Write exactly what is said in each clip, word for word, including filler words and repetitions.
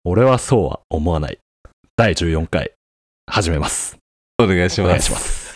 俺はそうは思わないだいじゅうよんかい始めます。 お願いします。 お願いします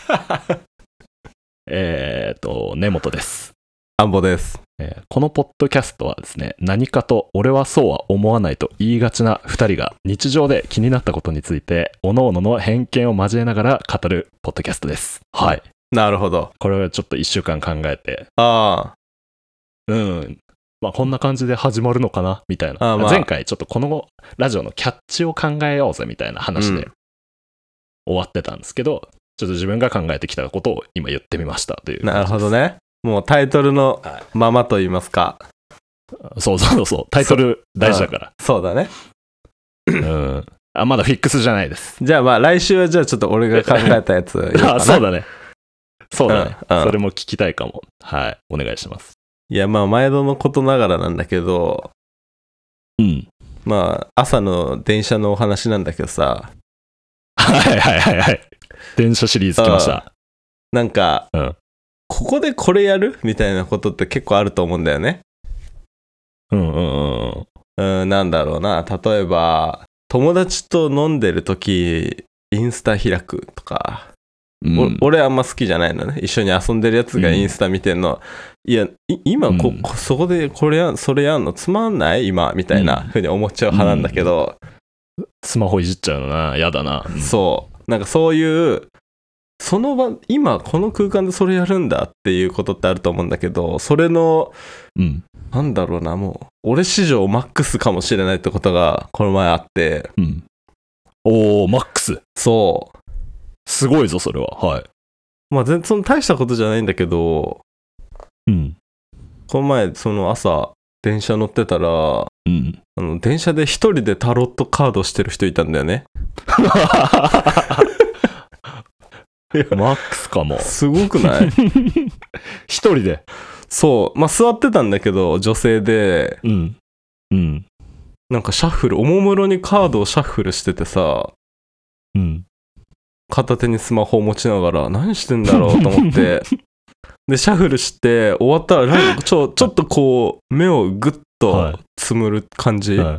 えっと根本です。 アンボです、 えー、このポッドキャストはですね、何かと俺はそうは思わないと言いがちなふたりが日常で気になったことについて各々の偏見を交えながら語るポッドキャストです。はい、 なるほど。 これをちょっといっしゅうかん考えて、 ああうんまあこんな感じで始まるのかなみたいな。 あ、まあ、 前回ちょっとこのラジオのキャッチを考えようぜみたいな話で終わってたんですけど、うん、ちょっと自分が考えてきたことを今言ってみましたという。 なるほどね。もうタイトルのままと言いますか、 はい、そうそうそう、タイトル大事だから。 そうだね。 うんあまだフィックスじゃないです。 じゃあまあ来週はじゃあちょっと俺が考えたやつあそうだねそうだね、 うんうん、 それも聞きたいかも。はいお願いします。 いやまあ毎度のことながらなんだけど、 うんまあ朝の電車のお話なんだけどさ、 はいはいはいはい電車シリーズ来ました。 なんか、うん、ここでこれやるみたいなことって結構あると思うんだよね。 うんうんうんうん、なんだろうな、例えば友達と飲んでる時インスタ開くとか、うん、俺あんま好きじゃないのね。一緒に遊んでるやつがインスタ見てんの、うん、いや今こ、うん、そこでこれやそれやんのつまんない今みたいな風に思っちゃう派なんだけど、 うん、スマホいじっちゃうのな、やだな、うん、 そうなんかそういうその場今この空間でそれやるんだっていうことってあると思うんだけど、それの、うん、なんだろうな、もう俺史上マックスかもしれないってことがこの前あって、うん、 おーマックス。 そうすごいぞそれは。はい。 まあ全然その大したことじゃないんだけど、うん、この前その朝電車乗ってたら、うん、あの電車で一人でタロットカードしてる人いたんだよね。 マックスかも。 すごくない？ 一人で。 そうまあ座ってたんだけど女性で、うんうん、なんかシャッフルおもむろにカードをシャッフルしててさ、うん、片手にスマホを持ちながら何してんだろうと思ってでシャッフルして終わったらなんかちょ、ちょっとこう目をグッとつむる感じ、はい、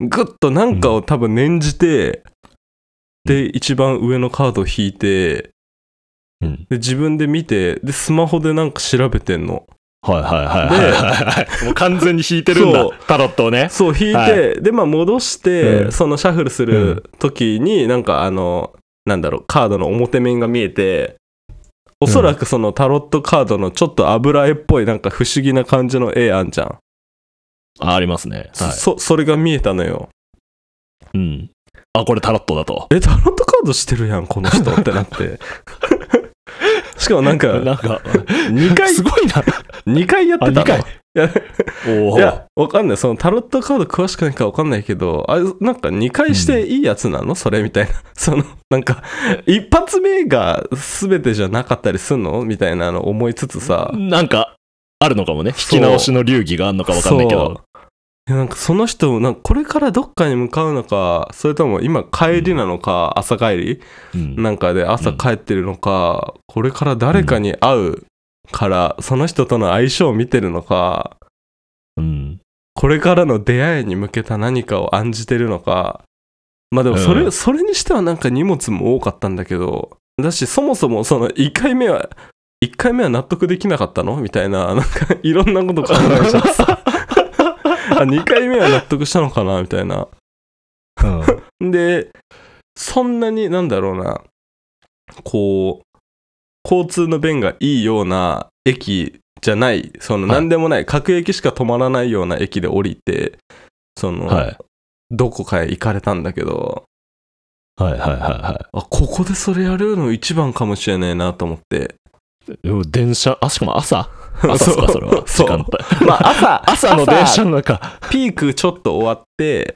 グッとなんかを多分念じて、うん、で一番上のカードを引いて、うん、で自分で見てでスマホでなんか調べてんの。 はいはいはいはいはい、もう完全に引いてるんだタロットをね。 そう引いて、はい、でまあ戻して、うん、そのシャッフルする時になんかあのなんだろうカードの表面が見えて、おそらくそのタロットカードのちょっと油絵っぽいなんか不思議な感じの絵あんじゃん。 あ, ありますね、 はい、そ, それが見えたのよ。 うんあこれタロットだと。 えタロットカードしてるやんこの人ってなってしかもなんかなんかにかいすごいなにかいやってたの。 にかいいやいやわかんない、そのタロットカード詳しくないかわかんないけど、あれなんかにかいしていいやつなの、うん、それみたいなそのなんか一発目が全てじゃなかったりすんのみたいなの思いつつさ、 なんかあるのかもね、引き直しの流儀があるのかわかんないけど、 なんかその人なんかこれからどっかに向かうのか、それとも今帰りなのか、うん、朝帰り、うん、なんかで朝帰ってるのか、うん、これから誰かに会うからその人との相性を見てるのか、うん、これからの出会いに向けた何かを案じてるのか。まあでもそれ、うん、それにしてはなんか荷物も多かったんだけど、だしそもそもそのいっかいめはいっかいめは納得できなかったのみたいな、なんかいろんなこと考えちゃってさあにかいめは納得したのかなみたいな、うん、でそんなになんだろうな、こう交通の便がいいような駅じゃない、その何でもない、はい、各駅しか止まらないような駅で降りて、その、はい、どこかへ行かれたんだけど、 はいはいはいはい、 あここでそれやるの一番かもしれないなと思って。 電車、あしかも朝朝ですかそれは時間帯。 まあ朝朝の電車の中ピークちょっと終わって、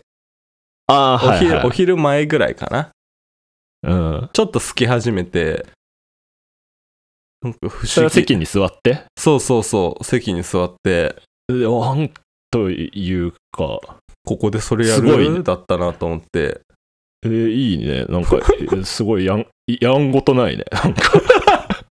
あ、はいはい、 お昼、お昼前ぐらいかな、 うん、 ちょっと空き始めて、なんか不思議。 それは席に座って、 そうそうそう席に座って、 なんというかここでそれやる、ね、だったなと思って。 えー、いいね、なんかすごいやんやんごとないねなんか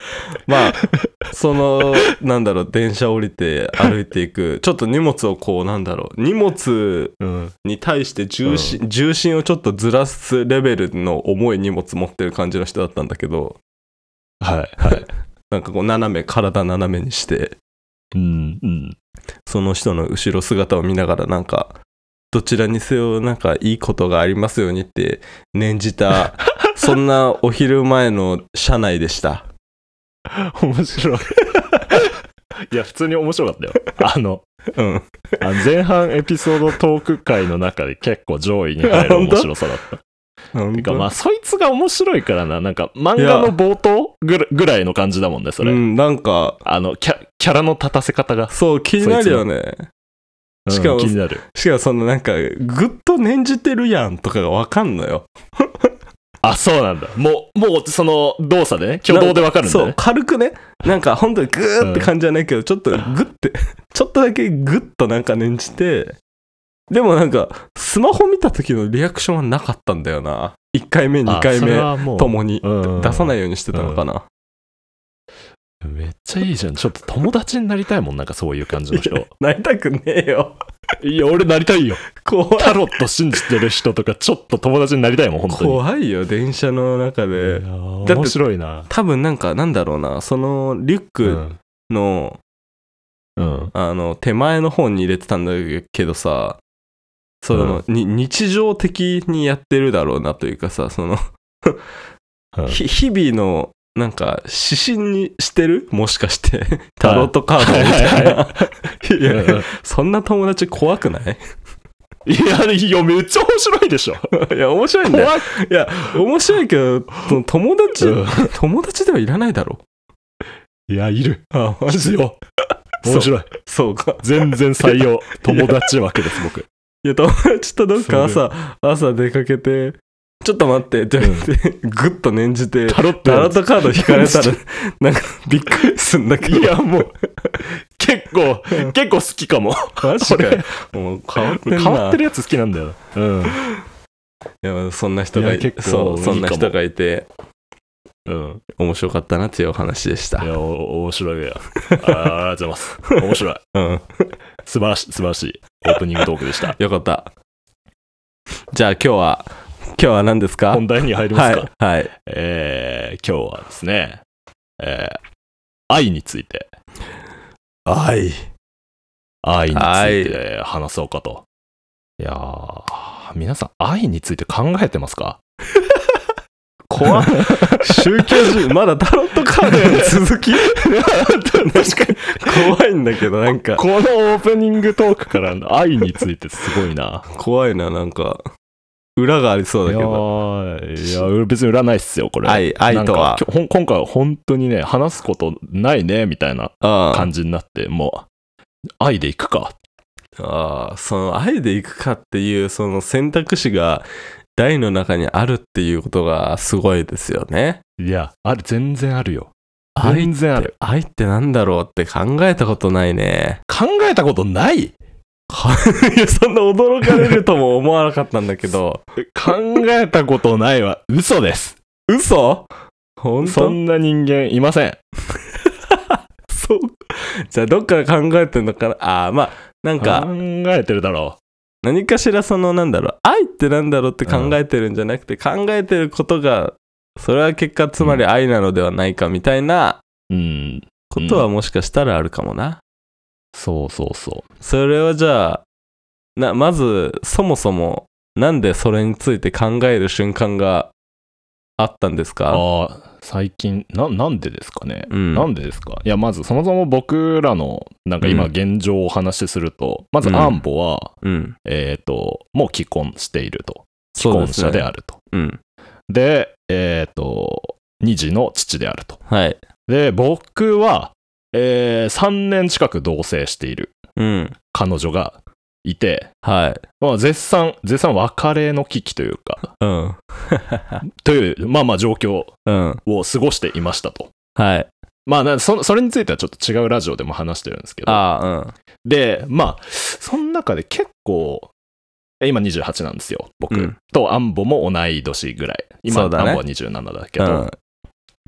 まあそのなんだろう電車降りて歩いていくちょっと荷物をこうなんだろう荷物に対して重心、うん、重心をちょっとずらすレベルの重い荷物持ってる感じの人だったんだけど、 はいはいなんかこう斜め体斜めにして、 うんうん、 その人の後ろ姿を見ながらなんかどちらにせよなんかいいことがありますようにって念じたそんなお昼前の車内でした。 面白いいや普通に面白かったよ。あの、うん、あの前半エピソードトーク回の中で結構上位に入る面白さだった。てかまあそいつが面白いからな、なんか漫画の冒頭ぐ ら, ぐらいの感じだもんねそれ、 うん、なんかあのキ ャ, キャラの立たせ方がそう気になるよね。しかも、 うん、気になる。 しかもそのなんかぐっと念じてるやんとかが分かんのよあ、そうなんだ。もうもうその動作でね挙動で分かるんだね。 そう軽くねなんか本当にグーって感じじゃないけど、うん、ちょっとグッてちょっとだけグッとなんか念じて、でもなんかスマホ見た時のリアクションはなかったんだよな。いっかいめにかいめともに出さないようにしてたのかな、 うん、めっちゃいいじゃん。ちょっと友達になりたいもん、なんかそういう感じの人なりたくねえよ。 いや俺なりたいよ。 怖い。 タロット信じてる人とかちょっと友達になりたいもん本当に。 怖いよ電車の中で。 面白いな。 多分なんかなんだろうな、そのリュックの、うん、あの手前の方に入れてたんだけどさ、その、うん、に日常的にやってるだろうなというかさ、その、うん、日々のなんか指針にしてる、もしかしてタロットカードみたいな、はいはいはい、いやそんな友達怖くない？ いやいやめっちゃ面白いでしょ。 いや面白いんだよ。いや面白いけど友達、うん、友達ではいらないだろ。 いやいる。あマジよ。面白い。 そうか。 全然採用。友達枠です僕。 いや友達とどっか朝朝出かけてちょっと待ってって言って、うん、グッと念じてタロットカード引かれたらなんかびっくりすんだけど。 いやもう結構結構好きかも。 マジかよ。もう変わってんな。 変わってるやつ好きなんだよ。うん。 いやそんな人が い, いそうそんな人がいて、うん、面白かったなっていうお話でした。 いや面白いよ。あ, ありがとうございます。面白い。うん。素晴らしい素晴らしいオープニングトークでした。 よかった。じゃあ今日は今日は何ですか？ 本題に入りますか？ はい、はい、 えー、今日はですね、えー、愛について愛愛について話そうかと。いやー皆さん愛について考えてますか？ 怖っ。宗教中まだタロットカードの続き確かに怖いんだけど、なんかこのオープニングトークからの愛についてすごいな。 怖いな、なんか裏がありそうだけど。 いやいや別に裏ないっすよこれ。 愛愛とは今回は本当にね話すことないねみたいな感じになって、もう愛でいくか。 ああ、その愛でいくかっていうその選択肢が台の中にあるっていうことがすごいですよね。 いやある、全然あるよ。 全然ある。愛ってなんだろうって考えたことないね。 考えたことない？いやそんな驚かれるとも思わなかったんだけど。 考えたことないは嘘です。 嘘？本当？ そんな人間いません。 そう。じゃあどっから考えてんのかな。ああまあなんか考えてるだろう。 何かしらそのなんだろう、愛ってなんだろうって考えてるんじゃなくて、うん、考えてることがそれは結果つまり愛なのではないかみたいなことはもしかしたらあるかもな、うんうん、 そうそうそう。 それはじゃあなまずそもそもなんでそれについて考える瞬間があったんですか？ あ最近 な, なんでですかね、うん、なんでですか。いやまずそもそも僕らのなんか今現状をお話しすると、うん、まずアンボは、うん、えっ、ー、ともう既婚していると、既婚者であると。で、ねうん、でえっ、ー、とに児の父であると。 はい。 で僕は、えー、さんねん近く同棲している彼女がいて、 はい。 まあ、絶賛絶賛別れの危機というか、うん、というまあまあ状況を過ごしていましたと、 うん、はい。 まあ そ, それについてはちょっと違うラジオでも話してるんですけど、 あ、うん、 でまあその中で結構今にじゅうはちなんですよ僕、うん、とアンボも同い年ぐらい。今、ね、アンボはにじゅうななだけど、うん、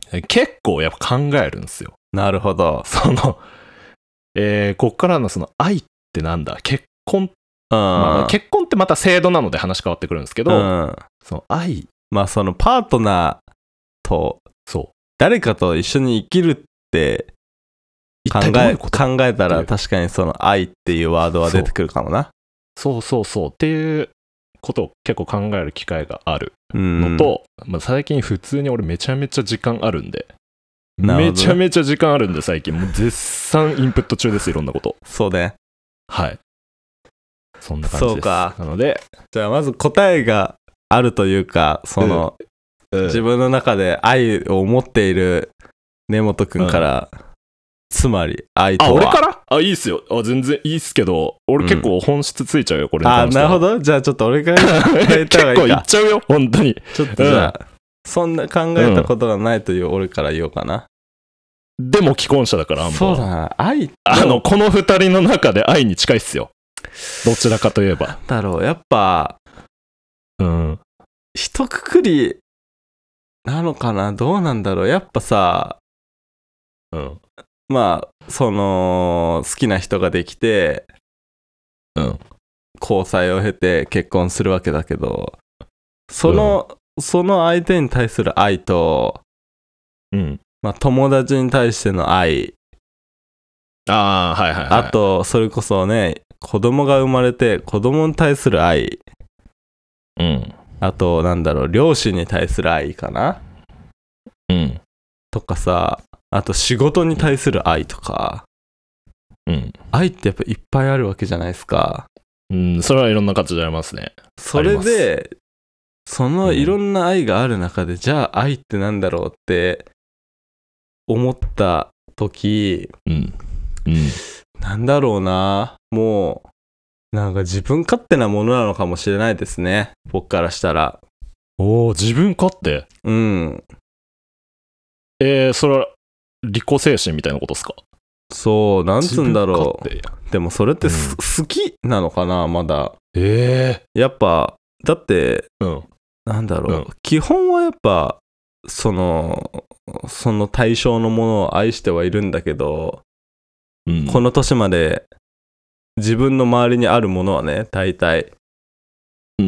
結構やっぱ考えるんですよ。 なるほど。 その、えー、こっからのその愛ってなんだ、結婚、 うんまあ、結婚ってまた制度なので話変わってくるんですけど、 うん、 その愛、 まあそのパートナーとそう誰かと一緒に生きるって考一体どういえうこと考えたら確かにその愛っていうワードは出てくるかもな。 そうそうそうっていうことを結構考える機会があるののと、まあ、最近普通に俺めちゃめちゃ時間あるんで、 なるほどね、 めちゃめちゃ時間あるんで最近もう絶賛インプット中です。いろんなこと。 そうね。 はい。そんな感じです。 そうか。 なので、 じゃあまず答えがあるというか、その、うん、自分の中で愛を持っている根本くんから、うん、つまり愛とは。 あ、俺からあ、いいっすよ。あ、全然いいっすけど、俺結構本質ついちゃうよ、うん、これに関しては。 あ、なるほど。じゃあちょっと俺から言った方がいいか。 結構言っちゃうよ、本当に。 ちょっとじゃあ、うん、そんな考えたことがないという俺から言おうかな。 うん、でも既婚者だから、あんま。 そうだな。愛あの、この二人の中で愛に近いっすよ。どちらかといえば。 なんだろう、やっぱ、 うん。 一括りなのかな、どうなんだろう。やっぱさ、 うん。 まあ、その、好きな人ができて、 うん。 交際を経て結婚するわけだけど、その、うん、その相手に対する愛と、 うん。 まあ、友達に対しての愛。 ああ、はいはいはい。 あと、それこそね、子供が生まれて子供に対する愛、 うん、 あとなんだろう、両親に対する愛かな、 うん、 とかさ、あと仕事に対する愛とか、 うん、 愛ってやっぱいっぱいあるわけじゃないですか。 うん、それはいろんな形でありますね。 それでそのいろんな愛がある中で、うん、じゃあ愛ってなんだろうって思った時、 うんうん、 なんだろうな、もうなんか自分勝手なものなのかもしれないですね、僕からしたら。 おー、自分勝手。 うん。 えー、それは利己精神みたいなことですか？ そう、なんつうんだろう。でもそれって、うん、好きなのかな、まだ。 えー、やっぱだって、 うん、 なんだろう、 うん、 基本はやっぱそのその対象のものを愛してはいるんだけど、うん、この年まで自分の周りにあるものはね、大体、うん、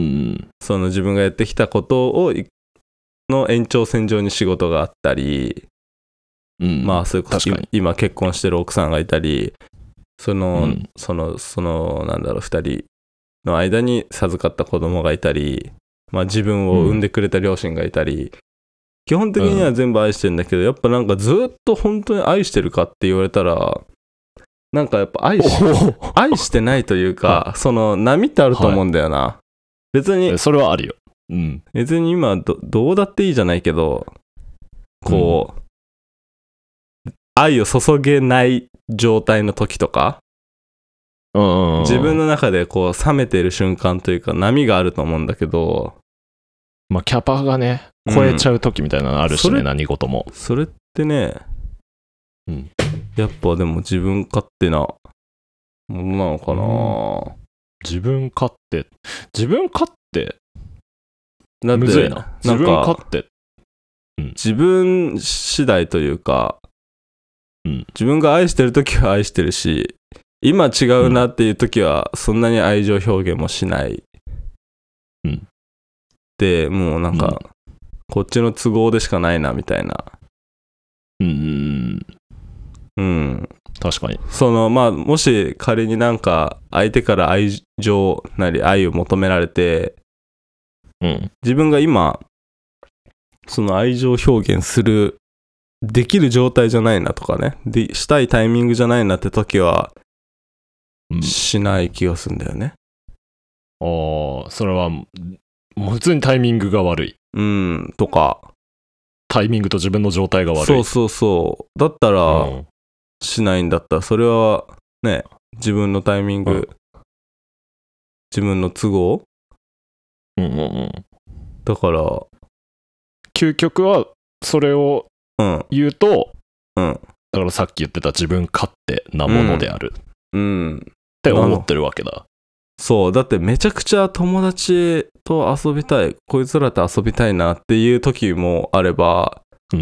その自分がやってきたことをの延長線上に仕事があったり、うん、まあそういうこと、今結婚してる奥さんがいたり、その、うん、そのそのなんだろう、ふたりの間に授かった子供がいたり、まあ自分を産んでくれた両親がいたり、うん、基本的には全部愛してるんだけど、やっぱなんかずっと本当に愛してるかって言われたら、なんかやっぱ愛 し, 愛してないというか、はい、その波ってあると思うんだよな、はい、別にそれはあるよ、うん、 別に今 ど, どうだっていいじゃないけど、こう、うん、愛を注げない状態の時とか、 うんうんうん、 自分の中でこう冷めてる瞬間というか波があると思うんだけど、 まあキャパがね超えちゃう時みたいなのあるしね、うん、何事も。 それってね、うん、やっぱでも自分勝手なものなのかな、うん、 自分勝手自分勝手だってむずいな。自分勝手、 うん、自分次第というか、 うん、 自分が愛してる時は愛してるし、今違うなっていう時はそんなに愛情表現もしない、うん、でもうなんか、うん、こっちの都合でしかないなみたいな。 うんうん、 確かに。 そのまあもし仮になんか相手から愛情なり愛を求められて、うん、自分が今その愛情表現するできる状態じゃないなとかね、でしたいタイミングじゃないなって時は、うん、しない気がするんだよね。 ああ、それはもう普通にタイミングが悪い、 うんとか、 タイミングと自分の状態が悪い。 そうそうそう。だったら、うん、しないんだったらそれはね、自分のタイミング、うん、自分の都合、 うんうんうん、 だから究極はそれを言うと、 うん、 だからさっき言ってた自分勝手なものである、 うんうん、 って思ってるわけだ。 そうだってめちゃくちゃ友達と遊びたい、こいつらと遊びたいなっていう時もあれば、 うん、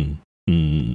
うん、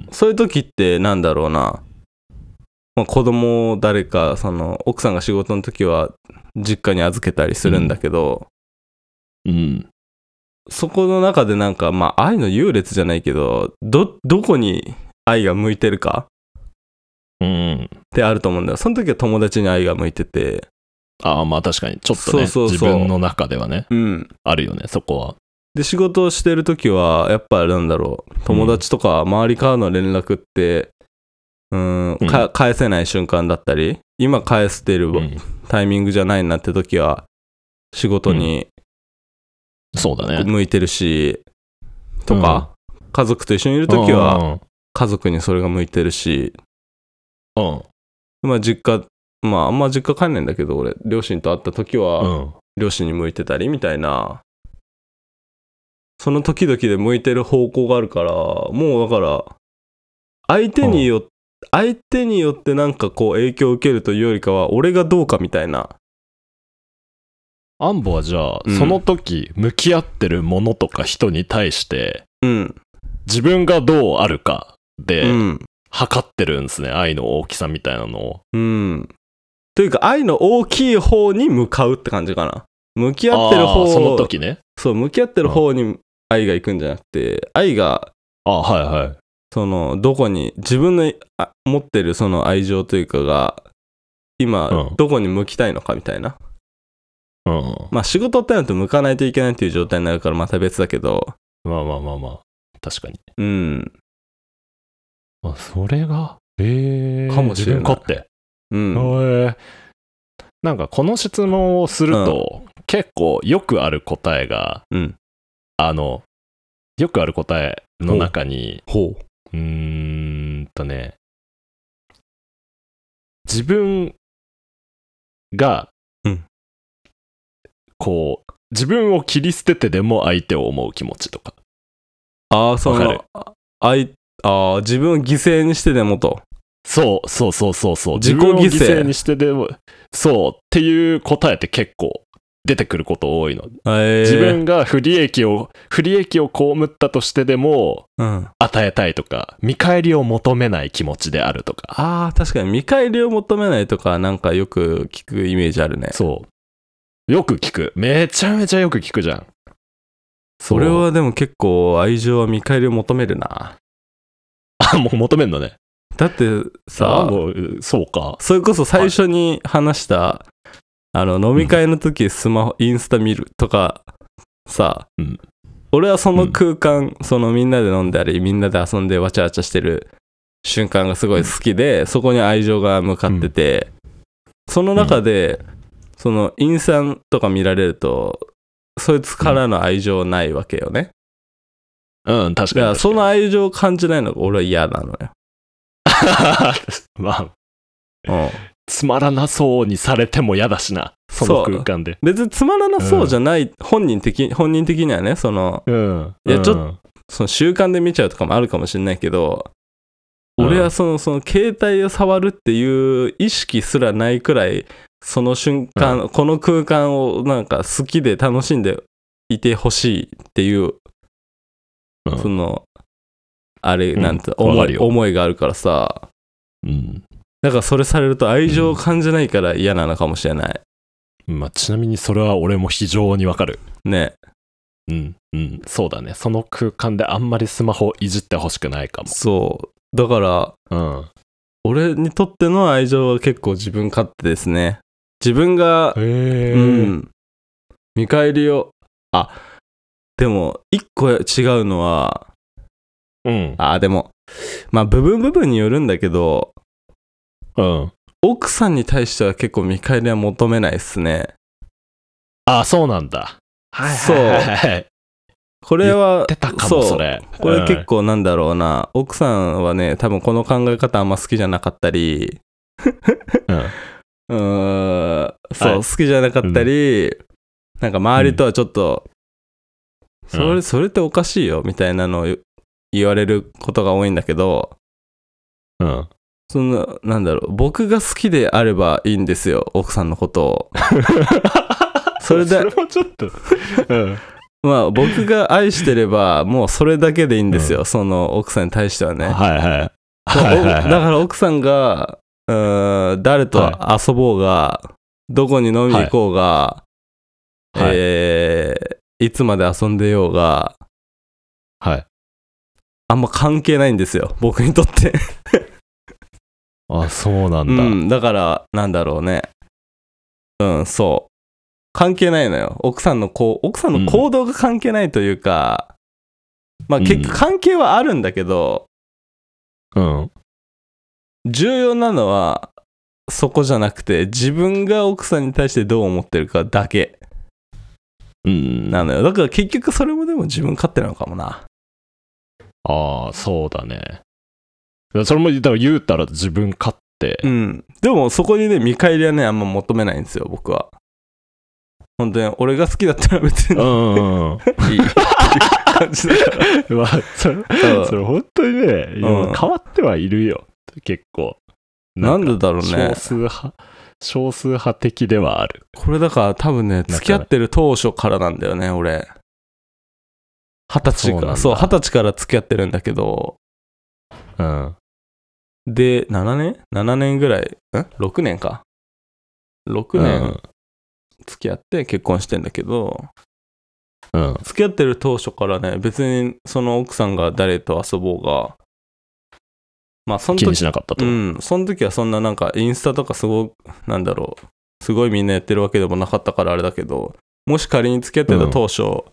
そういう時ってなんだろうな、まあ、子供を誰かその奥さんが仕事の時は実家に預けたりするんだけど、 うん、うん、 そこの中でなんかまあ愛の優劣じゃないけど、どどこに愛が向いてるかってあると思うんだよ。その時は友達に愛が向いてて、 ああまあ確かにちょっとね、そうそうそう、自分の中ではね、うん、あるよねそこは。 で仕事をしてる時はやっぱなんだろう、友達とか周りからの連絡ってうーん、うん、か返せない瞬間だったり、今返してるタイミングじゃないなって時は仕事に、 うん、そうだね向いてるし、とか、うん、家族と一緒にいる時は家族にそれが向いてるし、うん、まあ実家まああんま実家帰んないんだけど、俺両親と会った時は両親に向いてたりみたいな、その時々で向いてる方向があるから、もうだから相手によって、うん、相手によってなんかこう影響を受けるというよりかは俺がどうかみたいな。 アンボはじゃあ、うん、その時向き合ってるものとか人に対して、うん、自分がどうあるかで、うん、測ってるんですね、愛の大きさみたいなのを。 うん。というか愛の大きい方に向かうって感じかな。向き合ってる方、 その時ね。 そう向き合ってる方に愛が行くんじゃなくて、愛があはいはいそのどこに自分の持ってるその愛情というかが今、うん、どこに向きたいのかみたいな。うん、まあ仕事ってなると向かないといけないっていう状態になるからまた別だけど。 まあまあまあまあ確かに。 うん。 まあそれがえー、 かもしれない。 自分勝手。うん。えー、なんかこの質問をすると、うん、結構よくある答えが、うん、あのよくある答えの中にほう。 うーんとね、自分が、うん、こう自分を切り捨ててでも相手を思う気持ちとか。 ああ、そうかる。ああ、自分を犠牲にしてでもと。 そうそうそうそうそう。自分を犠牲にしてでもそうっていう答えって結構出てくること多いの。自分が不利益を不利益を被ったとしてでも、うん、与えたいとか見返りを求めない気持ちであるとか。 ああ確かに見返りを求めないとかなんかよく聞くイメージあるね。 そうよく聞く。めちゃめちゃよく聞くじゃん。 それはでも結構愛情は見返りを求めるな。 あもう求めんのね。 だってさ、 もうそうか。 それこそ最初に話した、はい、あの飲み会の時スマホ、うん、インスタ見るとかさ、うん、俺はその空間、うん、そのみんなで飲んだりみんなで遊んでわちゃわちゃしてる瞬間がすごい好きで、うん、そこに愛情が向かってて、うん、その中で、うん、そのインスタとか見られるとそいつからの愛情ないわけよね。 うん、確かに。だからその愛情を感じないのが俺は嫌なのよ。 まあ、うん、つまらなそうにされても嫌だしな、その空間で。 別につまらなそうじゃない、うん、本人的本人的にはね、その、うん、いやちょっと、うん、その習慣で見ちゃうとかもあるかもしれないけど、うん、俺はそのその携帯を触るっていう意識すらないくらいその瞬間、うん、この空間をなんか好きで楽しんでいてほしいっていう、うん、そのあれなんて、うん、思い思いがあるからさ、うん、だからそれされると愛情を感じないから嫌なのかもしれない。 うん、まあちなみにそれは俺も非常にわかるね。 うんうんそうだね。その空間であんまりスマホいじってほしくないかも。 そうだから、うん、俺にとっての愛情は結構自分勝手ですね。自分が、へー、うん、見返りをあでも一個違うのは、うん、あでもまあ部分部分によるんだけど、うん、奥さんに対しては結構見返りは求めないっすね。 あそうなんだ。はいはいはい。 これは言ってたかもそれ。 これ結構なんだろうな、うん、奥さんはね多分この考え方あんま好きじゃなかったり、うんうーんそう、はい、好きじゃなかったり、うん、なんか周りとはちょっと、うん、それそれっておかしいよみたいなのを言われることが多いんだけど、うん、そのなんだろう僕が好きであればいいんですよ奥さんのことを。それでそれもちょっと、うん、 まあ僕が愛してればもうそれだけでいいんですよ、うん、その奥さんに対してはね。 はいはい。はいはいはい、だから奥さんがうーん誰と遊ぼうが、はい、どこに飲みに行こうが、はい、えー、いつまで遊んでようが、 はい、 あんま関係ないんですよ僕にとってあ、そうなんだ、 うん、だからなんだろうね、うんそう関係ないのよ。奥さんのこう奥さんの行動が関係ないというか、うん、まあ結局関係はあるんだけど、 うん、 重要なのはそこじゃなくて自分が奥さんに対してどう思ってるかだけなのよ。だから結局それもでも自分勝手なのかもな。 ああ、そうだね。それもだから言うたら自分勝手。 うん。でもそこにね見返りはねあんま求めないんですよ僕は。本当に俺が好きだったら別に、うんうんうん、いい感じだから。 まあそれ、うん、それ本当にね、うん、変わってはいるよ結構。 なんでだろうね。 少数派少数派的ではある。 これだから多分ね付き合ってる当初からなんだよね俺。二十歳からそう二十歳から付き合ってるんだけど、 うん。 でななねんななねんぐらいんろくねんかろくねん付き合って結婚してんだけど、 うん、 付き合ってる当初からね別にその奥さんが誰と遊ぼうがまあその時気にしなかったと。 うん、その時はそんななんかインスタとかすごいなんだろうすごいみんなやってるわけでもなかったからあれだけど、もし仮に付き合ってた当初、うん、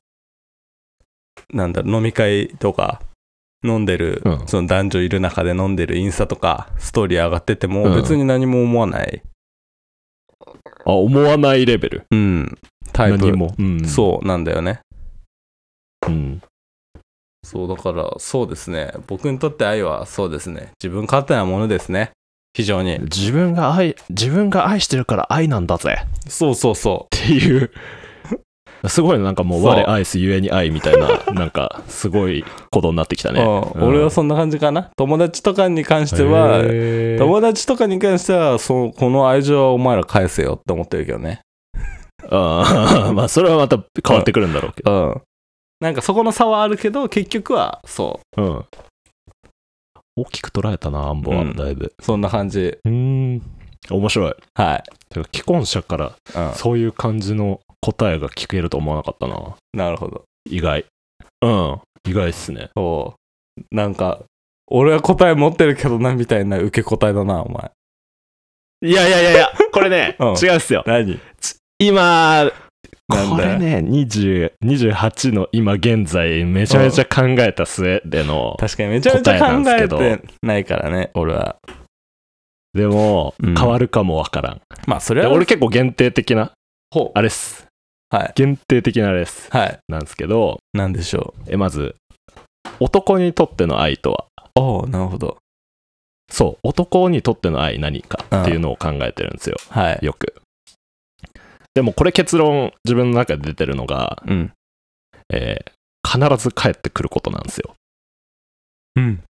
なんだろう飲み会とか飲んでる、うん、その男女いる中で飲んでるインスタとかストーリー上がってても別に何も思わない、 うん、あ思わないレベル、 うん、タイプ何も、うん、 そうなんだよね。 うんそうだからそうですね僕にとって愛はそうですね自分勝手なものですね。非常に自分が愛自分が愛してるから愛なんだぜ。 そうそうそうっていうすごいなんかもう我愛すゆえに愛みたいななんかすごいことになってきたね、 うん、俺はそんな感じかな。友達とかに関しては友達とかに関してはそうこの愛情はお前ら返せよって思ってるけどね。 あまあそれはまた変わってくるんだろうけど、 うんうん、なんかそこの差はあるけど結局はそう、 うん、大きく捉えたなアンボは、うん、だいぶそんな感じ。 うーん面白い。 はい。 てか既婚者からそういう感じの答えが聞けると思わなかったな。 なるほど。 意外。うん意外っすね。 そうなんか俺は答え持ってるけどなみたいな受け答えだなお前。 いやいやいやいやこれね、うん、違うっすよ。 何今これねにじゅう、にじゅうはちの今現在めちゃめちゃ考えた末での確かにめちゃめちゃ考えてないからね俺は。 でも、うん、変わるかもわからん。 まあそれは俺結構限定的なあれっす、 はい、 限定的なあれっす、 はい、 なんですけどなんでしょう。 えまず男にとっての愛とは。 おおなるほど。 そう男にとっての愛何かっていうのを考えてるんですよ、 はい、 よく。でもこれ結論自分の中で出てるのが、 うんえー、必ず帰ってくることなんですよ。 うん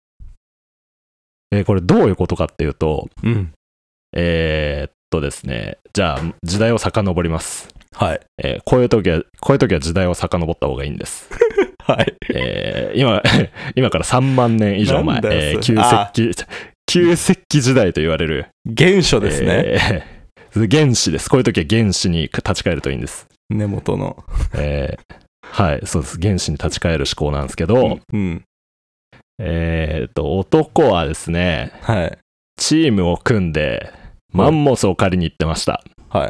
えー、これどういうことかっていうと、 うん、 えー、っとですねじゃあ時代を遡ります。 はい、 えー、こういう時はこういう時は時代を遡った方がいいんです。 はい、 えー、今今からさんまんねん以上前、えー、旧石器旧石器時代と言われる原初ですね、 えー、原始です。こういう時は原始に立ち返るといいんです。 根元の、 えー、はいそうです。原始に立ち返る思考なんですけど、 うんうん、 えー、っと男はですね、 はい、 チームを組んでマンモスを借りに行ってました、 はい、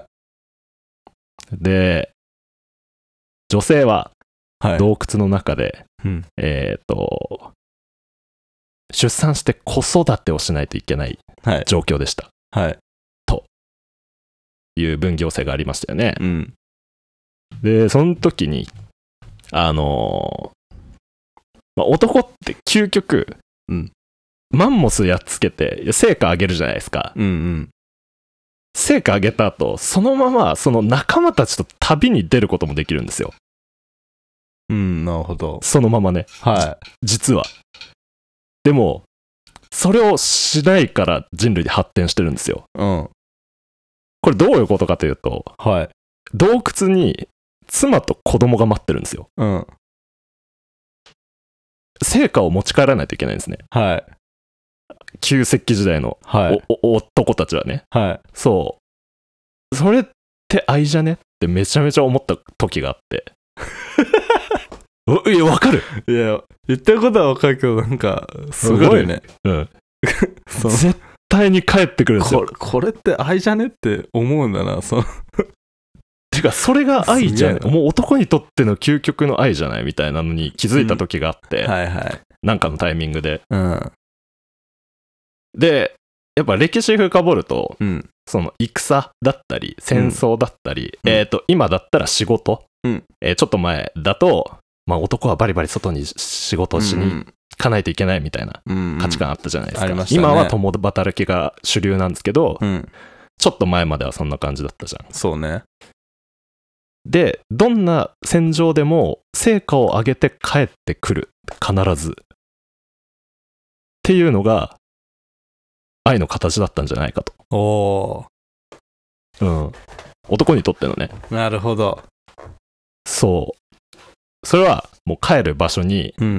で女性は洞窟の中で、 はい、うん、 えー、っと出産して子育てをしないといけない状況でした、 はい、 という分業制がありましたよね、 うん、 でその時にあのーまあ、男って究極、 うん、 マンモスやっつけて成果上げるじゃないですか、 うんうん、 成果上げた後そのままその仲間たちと旅に出ることもできるんですよ。 うん、なるほど。 そのままね、 はい、 実はでもそれをしないから人類で発展してるんですよ、 うん、 これどういうことかというと、 はい、 洞窟に妻と子供が待ってるんですよ。 うん。 成果を持ち帰らないといけないんですね。 はい。 旧石器時代の、 はい、 おお男たちはね。 はい。 そう。それって愛じゃねってめちゃめちゃ思った時があって。いや、わかる。 いや、言ってることはわかるけど、なんか、すごいね。 うん。絶対に帰ってくるんですよ。 これ、これって愛じゃねって思うんだな、その。 てか、それが愛じゃね、もう男にとっての究極の愛じゃないみたいなのに気づいた時があって、 うん、はいはい。 なんかのタイミングで。 うん。 で、やっぱ歴史深掘ると、 うん、 その戦だったり、戦争だったり、 うん、 えっと、今だったら仕事、 うんえー、ちょっと前だと、まあ男はバリバリ外に仕事をしに行かないといけないみたいな価値観あったじゃないですか。うんうん、今は共働きが主流なんですけど、うん、ちょっと前まではそんな感じだったじゃん。 そうね。 で、どんな戦場でも成果を上げて帰ってくる。必ず。っていうのが愛の形だったんじゃないかと。 おー。うん。男にとってのね。 なるほど。 そう。それはもう帰る場所に、 うんうん、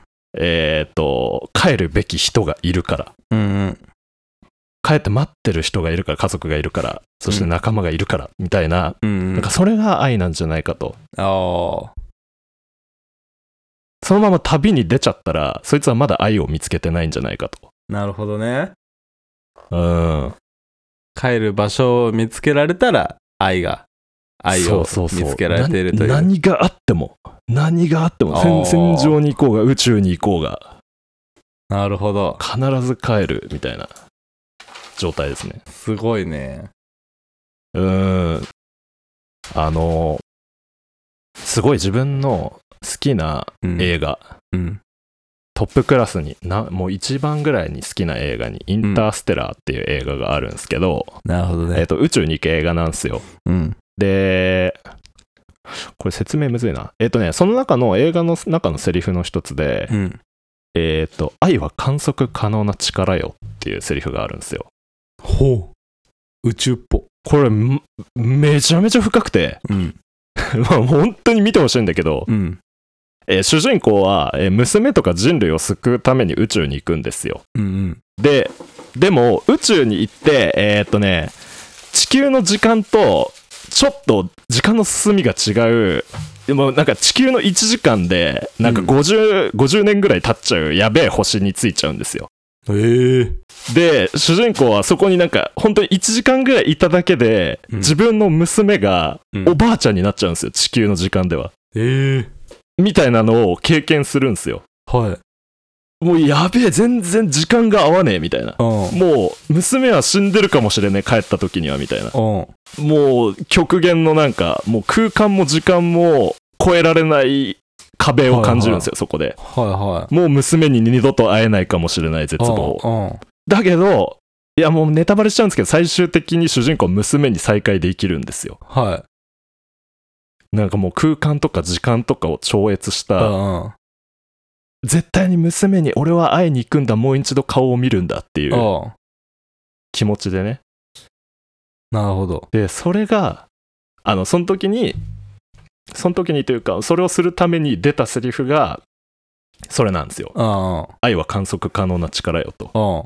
えっと、帰るべき人がいるから。 うんうん、 帰って待ってる人がいるから、家族がいるから、そして仲間がいるから、みたいな、 うんうん、 なんかそれが愛なんじゃないかと。 ああ。 そのまま旅に出ちゃったら、そいつはまだ愛を見つけてないんじゃないかと。 なるほどね。 うん。 帰る場所を見つけられたら、愛が、愛を見つけられているという。 そうそうそう。何があっても、何があっても、戦、戦場に行こうが、宇宙に行こうが。 なるほど。 必ず帰る、みたいな状態ですね。 すごいね。 うーん。あの、すごい自分の好きな映画、 うんうん、 トップクラスにな、もう一番ぐらいに好きな映画にインターステラーっていう映画があるんですけど、 うん、なるほどね。 えーと、宇宙に行く映画なんですよ。 うん、 で、これ説明むずいな。えっ、ー、とね、その中の映画の中のセリフの一つで、うん、えっ、ー、と、愛は観測可能な力よっていうセリフがあるんですよ。 ほう。宇宙っぽ。 これめちゃめちゃ深くて、うん、まあ本当に見てほしいんだけど、うんえー、主人公は、えー、娘とか人類を救うために宇宙に行くんですよ。 うんうん、 で、でも宇宙に行って、えー、っとね、地球の時間とちょっと時間の進みが違う、でもなんか地球のいちじかんでなんか ごじゅう、うん、ごじゅうねんぐらい経っちゃうやべえ星に着いちゃうんですよ。 へー。 で、主人公はそこになんか本当にいちじかんぐらいいただけで、うん、自分の娘がおばあちゃんになっちゃうんですよ、地球の時間では。 へー。 みたいなのを経験するんですよ。 はい。 もうやべえ、全然時間が合わねえみたいな。もう娘は死んでるかもしれねえ、帰った時にはみたいな。もう極限のなんかもう空間も時間も超えられない壁を感じるんですよ、はいはい、そこで、 はいはい、 もう娘に二度と会えないかもしれない絶望。だけどいやもうネタバレしちゃうんですけど、最終的に主人公は娘に再会できるんですよ。 はい。 なんかもう空間とか時間とかを超越した、うん、絶対に娘に俺は会いに行くんだ、もう一度顔を見るんだっていう気持ちでね。 なるほど。 でそれがあのその時にその時にというかそれをするために出たセリフがそれなんですよ。愛は観測可能な力よと。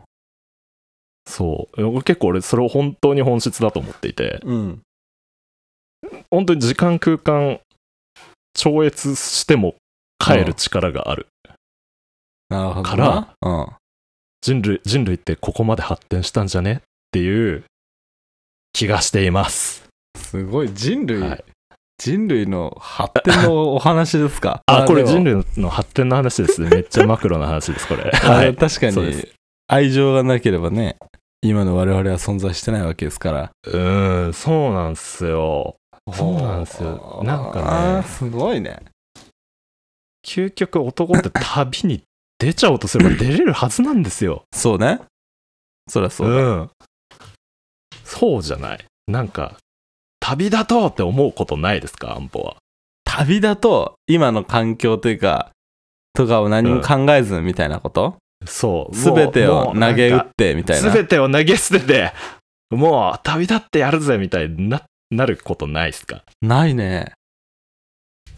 そう結構俺それを本当に本質だと思っていて、うん、本当に時間空間超越しても帰る力がある、 うん、なるほどから、うん、人類人類ってここまで発展したんじゃねっていう気がしています。 すごい人類、はい、人類の発展のお話ですか？ あ、これ人類の発展の話です。めっちゃマクロな話ですこれ。 はい、確かに愛情がなければね、今の我々は存在してないわけですから。 うーん、そうなんすよ。そうなんですよ。なんかね、 すごいね。 究極男って旅に出ちゃおうとすれば出れるはずなんですよ。 そうね。そりゃそうだ。うん。 そうじゃない。なんか旅立とうって思うことないですか、アンポは。 旅立とう、今の環境というかとかを何も考えずみたいなこと？ うん、そう。 すべてを投げ打ってみたいな。 すべてを投げ捨てて、もう旅立ってやるぜみたいにななることないっすか？ ないね。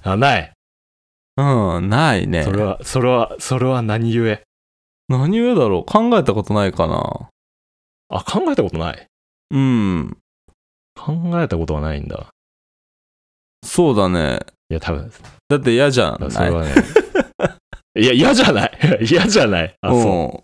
あ、ない。 うん、ないね。 それは、それは、それは何故？ 何故だろう。考えたことないかな。 あ、考えたことない。 うん。 考えたことはないんだ。 そうだね。 いや、多分。 だって嫌じゃん。 それはね。いや、嫌じゃない。嫌じゃない。あ、そう。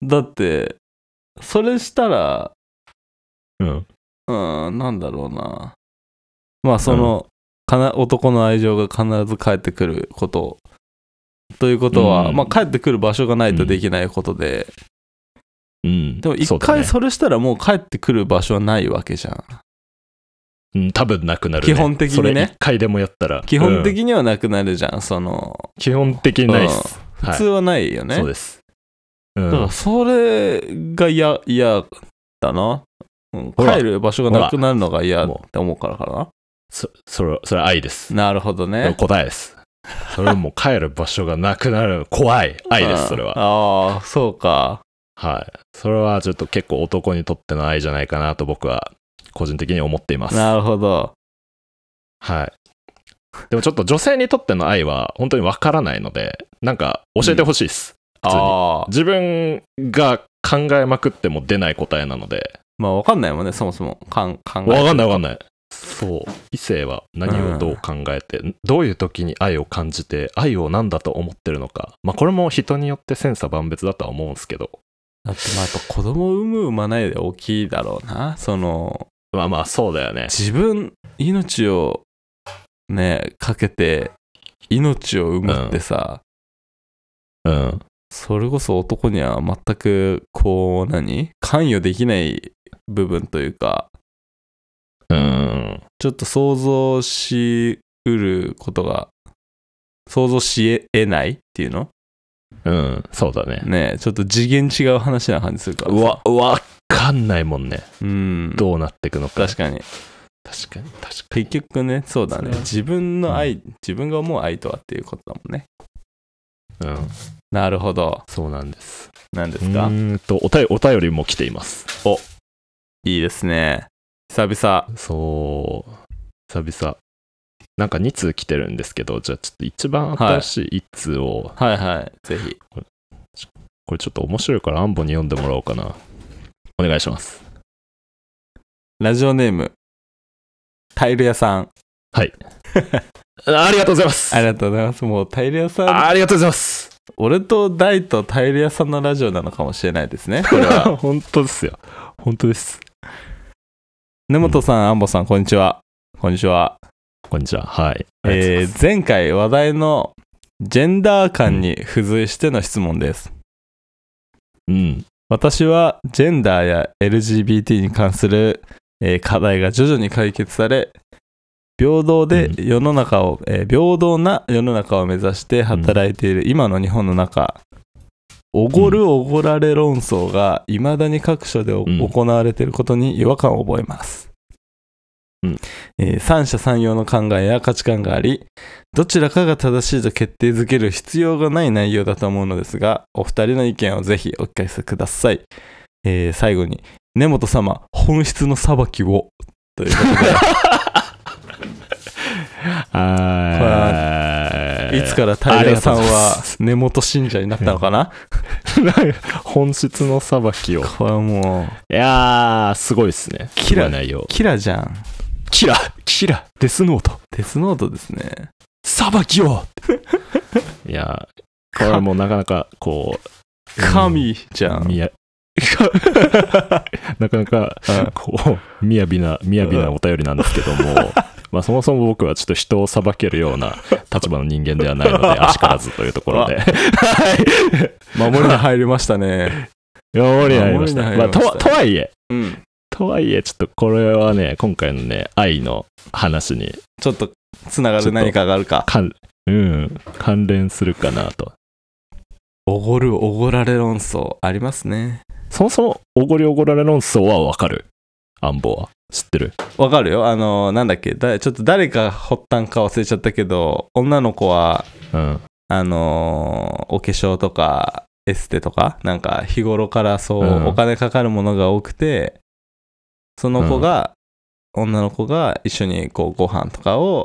だって、それしたら、 うん。 うん、なんだろうな。まあ、その、うん、かな男の愛情が必ず帰ってくること。ということは、うん、まあ、帰ってくる場所がないとできないことで。 うん。 でも、一回それしたらもう帰ってくる場所はないわけじゃん。 うん、多分なくなる、ね。 基本的にね。それ一回でもやったら。 基本的にはなくなるじゃん、その。 基本的にないっす。 うん、普通はないよね。 はい、そうです。うん、 だからそれが嫌、嫌だな。うん、帰る場所がなくなるのが嫌って思うからかな。 そ、それ、それは愛です。 なるほどね。 答えです。それはもう帰る場所がなくなる怖い愛です、それは。 ああ、そうか。 はい。それはちょっと結構男にとっての愛じゃないかなと僕は個人的に思っています。 なるほど。 はい。でもちょっと女性にとっての愛は本当にわからないので、なんか教えてほしいです。うん、普通に。あ、自分が考えまくっても出ない答えなので。 まあわかんないもんね、そもそも。かん考えわかんないわかんない。そう。異性は何をどう考えて、うん、どういう時に愛を感じて、愛を何だと思ってるのか。まあこれも人によって千差万別だとは思うんですけど。 だってまあやっぱ子供を産む産まないで大きいだろうな。その。 まあまあそうだよね。 自分、命をね、かけて、命を産むってさ。 うん。うん、 それこそ男には全くこう何関与できない部分というか、 うん、 ちょっと想像しうることが想像しえないっていうの？ うん、そうだね。 ねえ、ちょっと次元違う話な感じするからさ。 うわ、わかんないもんね。 うん。 どうなっていくのか。 確かに。 確かに、確かに。結局ね、そうだね。自分の愛、うん、自分が思う愛とはっていうことだもんね。 うん。 なるほど。 そうなんです。 何ですか？ うーんとおた、お便りも来ています。 お、いいですね。久々。 そう。久々。なんかに通来てるんですけど、じゃあちょっと一番新しいいち通を。 はい、はい、はい。ぜひ。 これちょっと面白いからアンボに読んでもらおうかな。お願いします。 ラジオネーム、タイル屋さん。 はい。ありがとうございます。 ありがとうございます。もうタイル屋さん。 ありがとうございます。 俺とダイとタイル屋さんのラジオなのかもしれないですね。これは。 本当ですよ。本当です。 根本さん、うん、アンボさん、こんにちは。こんにちは。 こんにちは。はい。 えー、前回話題のジェンダー感に付随しての質問です。 うん。 私はジェンダーや エルジービーティー に関する、えー、課題が徐々に解決され、平等で世の中を、うんえー、平等な世の中を目指して働いている今の日本の中、おごるおごられ論争が未だに各所で、うん、行われていることに違和感を覚えます。うんえー、三者三様の考えや価値観があり、どちらかが正しいと決定づける必要がない内容だと思うのですが、お二人の意見をぜひお聞かせください。えー、最後に根本様、本質の裁きをということであいつからタイラーさんは根本信者になったのかな本質の裁きを。 これもういやーすごいですね。 キラキラじゃん。 キラキラデスノートデスノートですね。 裁きをいやこれはもうなかなかこう神じゃん。 みやなかなかこうみやびなみやびなお便りなんですけども、まあそもそも僕はちょっと人を裁けるような立場の人間ではないのであしからずというところで守りに入りましたね。 守りに入りました。まあととはいえ、 うん、 とはいえちょっとこれはね今回のね愛の話にちょっとつながる何かがあるか。 かんうん関連するかなと。 おごるおごられ論争ありますね。 そもそもおごりおごられ論争はわかる？アンボは知ってる？ わかるよ。あのなんだっけだちょっと誰か発端か忘れちゃったけど、女の子は、 うん、 あのお化粧とかエステとかなんか日頃からそう、うん、お金かかるものが多くて、その子が、うん、女の子が一緒にこうご飯とかを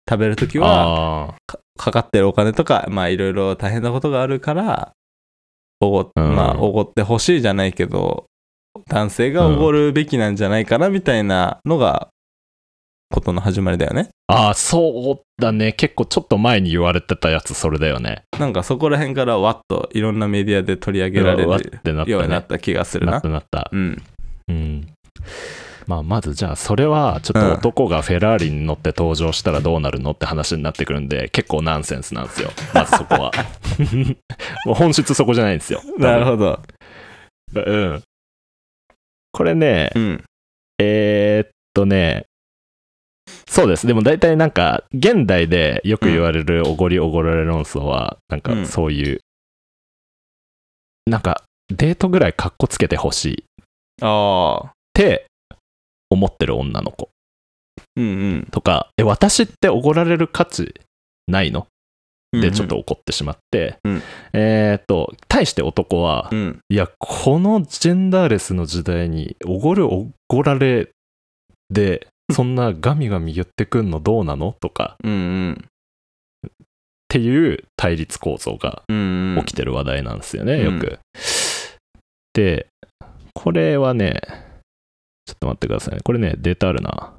食べるときはか、かかってるお金とか、まあいろいろ大変なことがあるから、おご、うん、まあおごってほしいじゃないけど、男性がおごるべきなんじゃないかなみたいなのが、ことの始まりだよね。 ああ、そうだね。結構ちょっと前に言われてたやつそれだよね。 なんかそこら辺からわっといろんなメディアで取り上げられるようになった気がするな。 なったなった。 うん。 うん。まあまずじゃあそれはちょっと男がフェラーリに乗って登場したらどうなるのって話になってくるんで、結構ナンセンスなんですよ。まずそこは。もう本質そこじゃないんですよ。 なるほど。 うん。これね、 うん、 えー、っとね、そうです。でも大体なんか現代でよく言われるおごりおごられ論争はなんかそういう、うん、なんかデートぐらいカッコつけてほしいって思ってる女の子、うんうん、とか、え私っておごられる価値ないのでちょっと怒ってしまって、うんうん、えー、っと対して男は、うん、いやこのジェンダーレスの時代におごるおごられでそんなガミガミ言ってくんのどうなのとか、うんうん、っていう対立構造が起きてる話題なんですよね、よく、うん、でこれはねちょっと待ってくださいね、これねデータあるな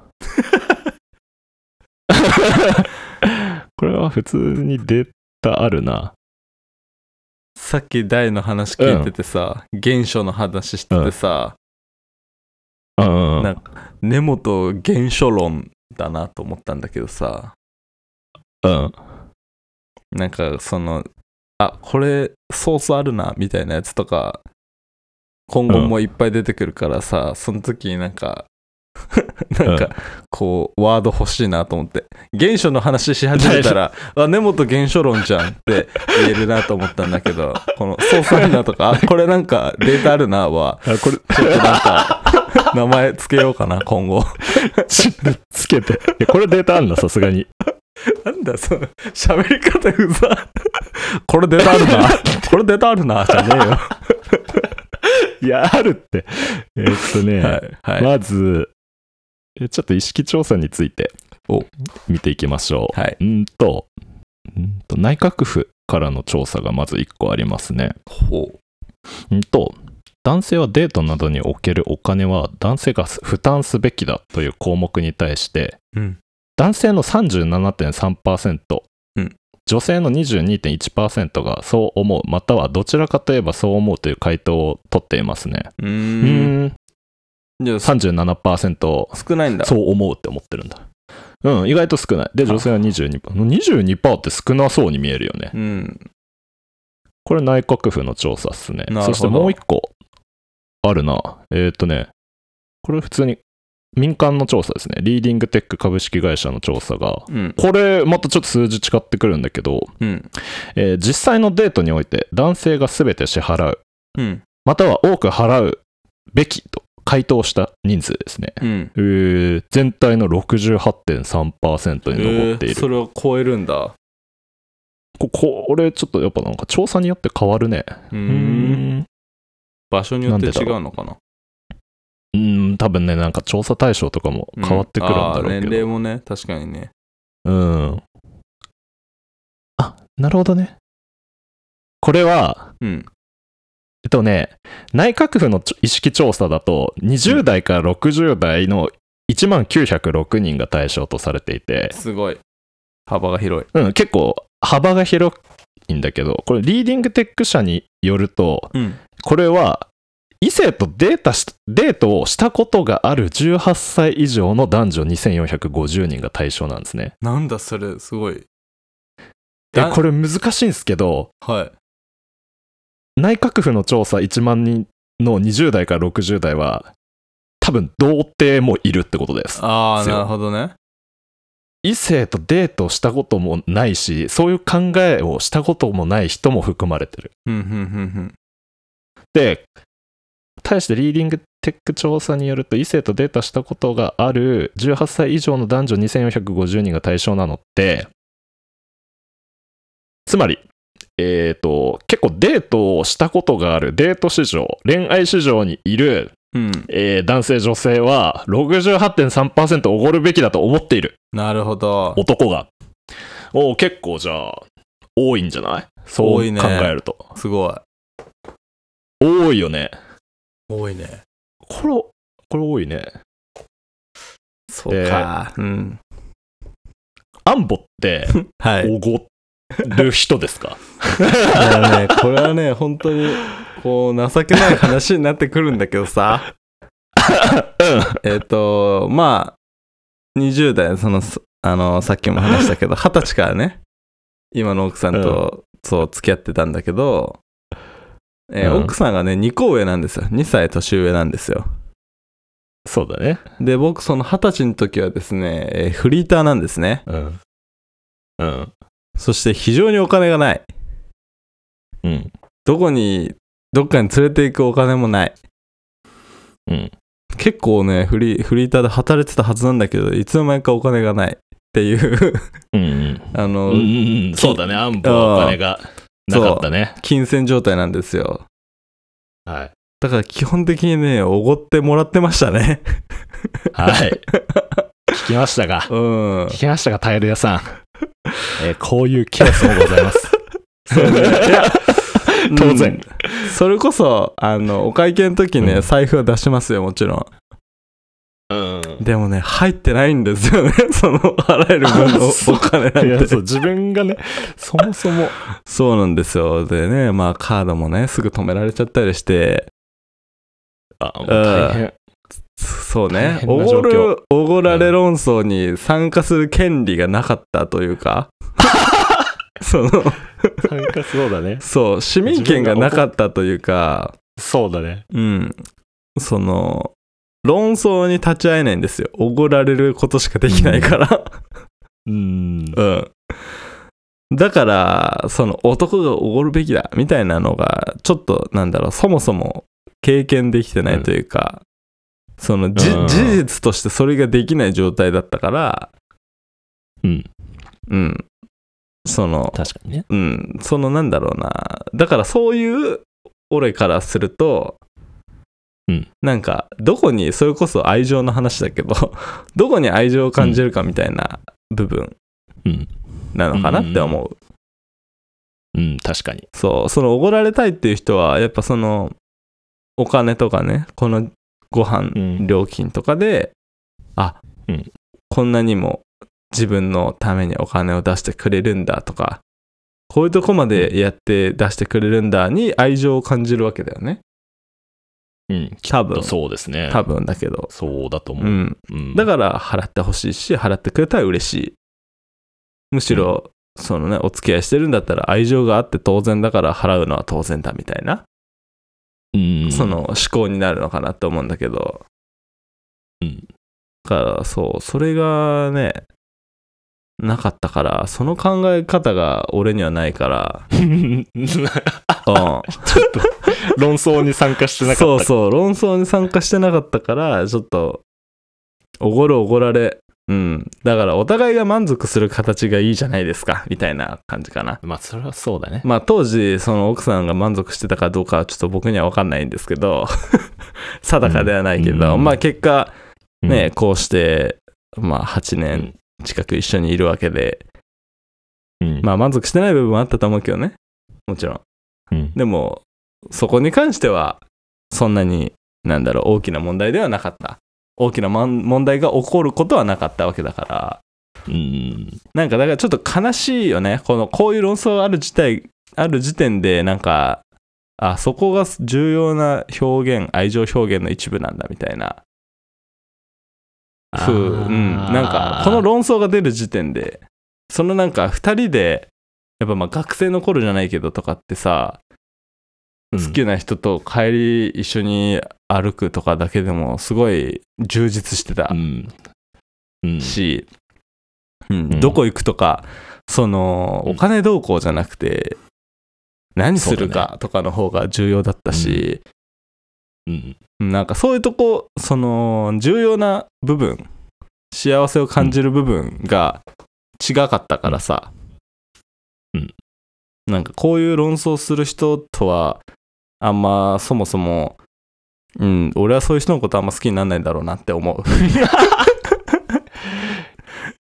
これは普通にデータあるな。 さっき大の話聞いててさ、うん、原初の話しててさ、うんうん、なんか根本原初論だなと思ったんだけどさ、うん、なんかそのあこれソースあるなみたいなやつとか今後もいっぱい出てくるからさ、うん、その時になんかなんかこうワード欲しいなと思って、原初の話し始めたらあ根本原初論じゃんって言えるなと思ったんだけど、このソースあるなとかあこれなんかデータあるなはこれちょっとなんか名前つけようかな今後つけて、いやこれデータあんなさすがになんだその喋り方うざこれデータあるなこれデータあるなじゃねえよいやあるってえー、っとね、はいはい、まずちょっと意識調査について見ていきましょう、はい、んとんと内閣府からの調査がまずいっこありますね。ほうんと男性はデートなどにおけるお金は男性が負担すべきだという項目に対して、うん、男性の さんじゅうななてんさんパーセント、うん、女性の にじゅうにてんいちパーセント がそう思うまたはどちらかといえばそう思うという回答を取っていますね。うーんじゃあ さんじゅうななパーセント少ないんだ。 そう思うって思ってるんだ。うん意外と少ない。で女性は にじゅうにパーセント にじゅうにパーセント って少なそうに見えるよね。うんこれ内閣府の調査っすね。そしてもう一個あるな。えーっとねこれ普通に民間の調査ですね。リーディングテック株式会社の調査が、うん、これまたちょっと数字違ってくるんだけど、うんえー、実際のデートにおいて男性が全て支払う、うん、または多く払うべきと回答した人数ですね、うんえー、全体の ろくじゅうはちてんさんパーセント に上っている、 えー、それを超えるんだ。 ここれちょっとやっぱなんか調査によって変わるね。うーん場所によって違うのかな。 うーん多分ねなんか調査対象とかも変わってくるんだろうけど、うん、 年齢もね確かにねうんあなるほどね。これは、うん、えっとね内閣府の意識調査だとにじゅう代からろくじゅう代のいちまんきゅうひゃくろくにんが対象とされていて、 すごい幅が広い。 うん結構幅が広いんだけど、これリーディングテック社によると、うん、これは異性とデータしデートをしたことがあるじゅうはっさい以上の男女にせんよんひゃくごじゅうにんが対象なんですね。 なんだそれすごい。 でこれ難しいんですけど、はい、内閣府の調査いちまんにんのにじゅう代からろくじゅう代は多分童貞もいるってことです。 ああなるほどね。 異性とデートをしたこともないしそういう考えをしたこともない人も含まれてる。うんうんうんうん、で対してリーディングテック調査によると異性とデートしたことがあるじゅうはっさい以上の男女にせんよんひゃくごじゅうにんが対象なのってつまりえーと結構デートをしたことがあるデート市場恋愛市場にいる、うんえー、男性女性は ろくじゅうはちてんさんパーセント おごるべきだと思っている。 なるほど。 男がお結構じゃあ多いんじゃない？そう考えると、 ね、すごい多いよね。 多いね。 これこれ多いね。 そうか、えー、うんアンボっておごる人ですか？ いやね、これはね本当にこう情けない話になってくるんだけどさえっとまあにじゅう代そのあのさっきも話したけどはたちからね今の奥さんと、うん、そう付き合ってたんだけど、えーうん、奥さんがねにこ上なんですよ。にさい年上なんですよ。 そうだね。 で僕そのはたちの時はですね、えー、フリーターなんですね。 うんうんそして非常にお金がない。 うん。 どこにどっかに連れて行くお金もない。 うん。 結構ねフリーフリーターで働いてたはずなんだけどいつの間にかお金がないっていううん、うん、 あの、 うんうん、そうだね。アンボはお金がなかったね。 金銭状態なんですよ。 はい。 だから基本的にねおごってもらってましたね。 はい。聞きましたか。うん。聞きましたか、タイル屋さん。えー、こういうケースもございます。 そうね。いや当然、うん、それこそあのお会計の時ね、うん、財布は出しますよもちろん。うん、でもね入ってないんですよねその払える分のお金なんて。いやそう自分がねそもそもそうなんですよ。でねまあカードもねすぐ止められちゃったりして。 あもう大変。 そうねおごるおごられ論争に参加する権利がなかったというかその参加そうだね。 そう市民権がなかったというか。 そうだね。 うんその論争に立ち会えないんですよ。おごられることしかできないからうんうんだからその男がおごるべきだみたいなのがちょっとなんだろうそもそも経験できてないというか、うん、そのじ、うん、事実としてそれができない状態だったからうんうんその確かにねうんそのなんだろうなだからそういう俺からするとうん、 なんかどこにそれこそ愛情の話だけどどこに愛情を感じるかみたいな部分なのかなって思う。 うん、うんうん、確かに。 そうそのおごられたいっていう人はやっぱそのお金とかねこのご飯料金とかで、うん、あ、うん、こんなにも自分のためにお金を出してくれるんだとかこういうとこまでやって出してくれるんだに愛情を感じるわけだよね。 うん、多分そうですね。 多分だけどそうだと思う、 うんうん、だから払ってほしいし払ってくれたら嬉しい。むしろ、うん、そのねお付き合いしてるんだったら愛情があって当然だから払うのは当然だみたいな、うん、その思考になるのかなと思うんだけど、うん、だからそうそれがねなかったからその考え方が俺にはないからうん、ちょっと論争に参加してなかった。 そうそう論争に参加してなかったからちょっとおごるおごられうんだからお互いが満足する形がいいじゃないですかみたいな感じかな。 まあそれはそうだね。 まあ当時その奥さんが満足してたかどうかはちょっと僕には分かんないんですけど定かではないけど、うん、まあ結果ね、うん、こうしてまあはちねん近く一緒にいるわけで、うん、まあ満足してない部分もあったと思うけどねもちろん、うん、でもそこに関してはそんなになんだろう大きな問題ではなかった。大きな問題が起こることはなかったわけだから、うん、なんかだからちょっと悲しいよね。このこういう論争ある自体ある時点でなんかあそこが重要な表現愛情表現の一部なんだみたいなふう、うん、なんかこの論争が出る時点でそのなんかふたりでやっぱまあ学生の頃じゃないけどとかってさ、うん、好きな人と帰り一緒に歩くとかだけでもすごい充実してた、うんうん、し、うんうん、どこ行くとかそのお金どうこうじゃなくて何するかとかの方が重要だったし、うんうん、なんかそういうとこその重要な部分幸せを感じる部分が違かったからさ、うん、なんかこういう論争する人とはあんまそもそもうん俺はそういう人のことあんま好きにならないんだろうなって思う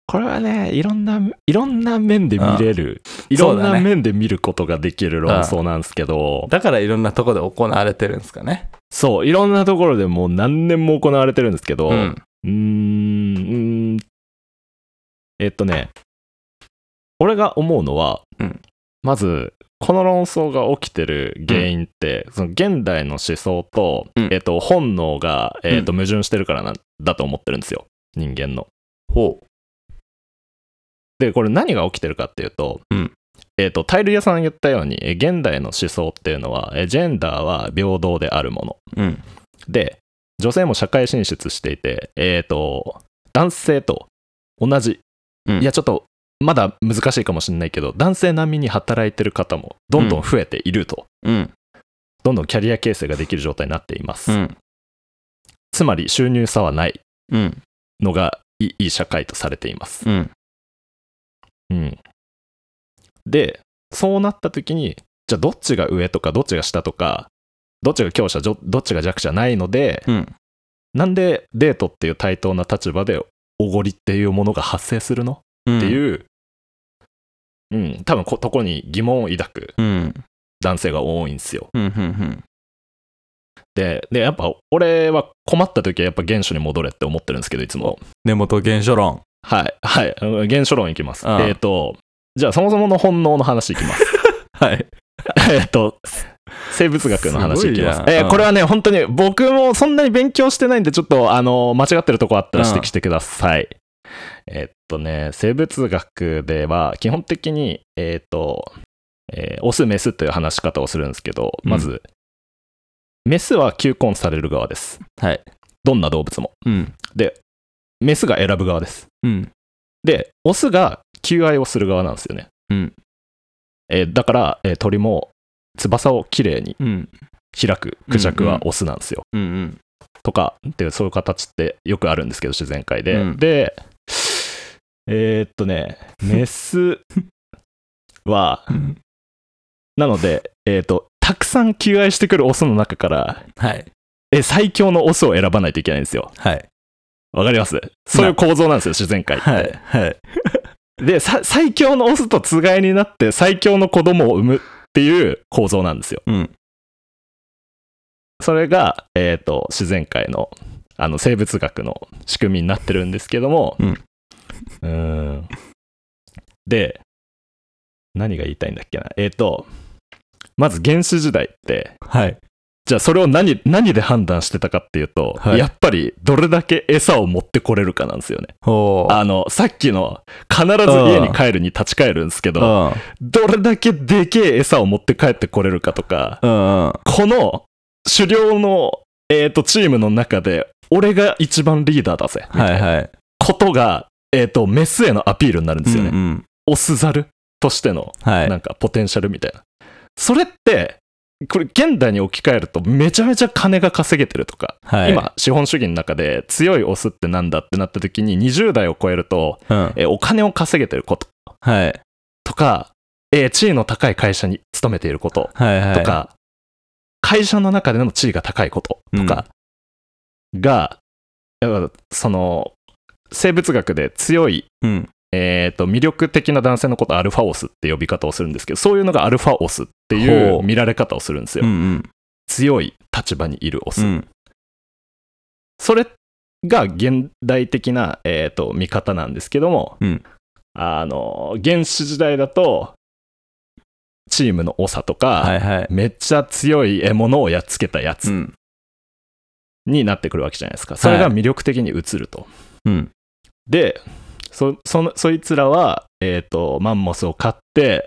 これはね、いろんないろんな面で見れる、いろんな面で見ることができる論争なんですけど、 だからいろんなところで行われてるんですかね。 そう、いろんなところでもう何年も行われてるんですけど、うん、うーんえっとね、俺が思うのは、うん、まずこの論争が起きてる原因って、うん、その現代の思想と、うん、えっと、本能が、えっと、矛盾してるからなんだと思ってるんですよ、人間の。 ほう。 で、これ何が起きてるかっていうと、うん、えっと、タイル屋さん言ったように、現代の思想っていうのは、ジェンダーは平等であるもの。うん、で、女性も社会進出していて、えっと、男性と同じ、うん、いや、ちょっと、まだ難しいかもしれないけど、男性並みに働いてる方もどんどん増えていると。うん、どんどんキャリア形成ができる状態になっています。うん、つまり、収入差はないのがいい社会とされています。うんうん、でそうなった時にじゃあどっちが上とかどっちが下とかどっちが強者どっちが弱者ないので、うん、なんでデートっていう対等な立場でおごりっていうものが発生するの、うん、っていう、うん、多分ことこに疑問を抱く男性が多いんですよ、うんうんうん、で, でやっぱ俺は困った時はやっぱ原初に戻れって思ってるんですけど、いつも根本原初論。 はいはい原初論いきます。えっ、ー、とじゃあそもそもの本能の話いきますはいえっと生物学の話いきます。すえー、これはね本当に僕もそんなに勉強してないんでちょっとあの間違ってるとこあったら指摘してください。えっとね生物学では基本的にえっ、ー、と、えー、オスメスという話し方をするんですけど、まず、うん、メスは求婚される側です。 はい。 どんな動物も。うん、でメスが選ぶ側です。 うん、 でオスが求愛をする側なんですよね。うんえー、だから、えー、鳥も翼をきれいに開くクジャクはオスなんですよ。うんうん、とかっていうそういう形ってよくあるんですけど自然界で。うん、でえー、っとねメスはなので、えー、っとたくさん求愛してくるオスの中から、 はい、 え最強のオスを選ばないといけないんですよ。 はい。 わかります？そういう構造なんですよ自然界って。 はいはいで最強のオスとつがいになって最強の子供を産むっていう構造なんですよ。うん、それが、えーと、自然界の、あの生物学の仕組みになってるんですけども、うん、うーんで何が言いたいんだっけな。えーとまず原始時代って、 はい、 じゃあそれを 何, 何で判断してたかっていうと、はい、やっぱりどれだけ餌を持ってこれるかなんですよね。あのさっきの必ず家に帰るに立ち返るんですけど、どれだけでけえ餌を持って帰ってこれるかとか、この狩猟の、えー、とチームの中で俺が一番リーダーだぜみたいなことが、えー、とメスへのアピールになるんですよね。うんうん、オスザルとしてのなんかポテンシャルみたいな、はい、それってこれ現代に置き換えるとめちゃめちゃ金が稼げてるとか、はい、今資本主義の中で強いオスってなんだってなった時ににじゅう代を超えると、うんえー、お金を稼げてること、はい、とか、えー、地位の高い会社に勤めていること、はいはい、とか会社の中での地位が高いこととかが、うん、その生物学で強い、うんえー、と魅力的な男性のことアルファオスって呼び方をするんですけど、そういうのがアルファオスっていう見られ方をするんですよ、うんうん、強い立場にいるオス、うん、それが現代的な、えー、と見方なんですけども、うん、あの原始時代だとチームの長とか、はいはい、めっちゃ強い獲物をやっつけたやつ、うん、になってくるわけじゃないですか。それが魅力的に映ると、はい、でそ, そ, のそいつらは、えーと、マンモスを飼って、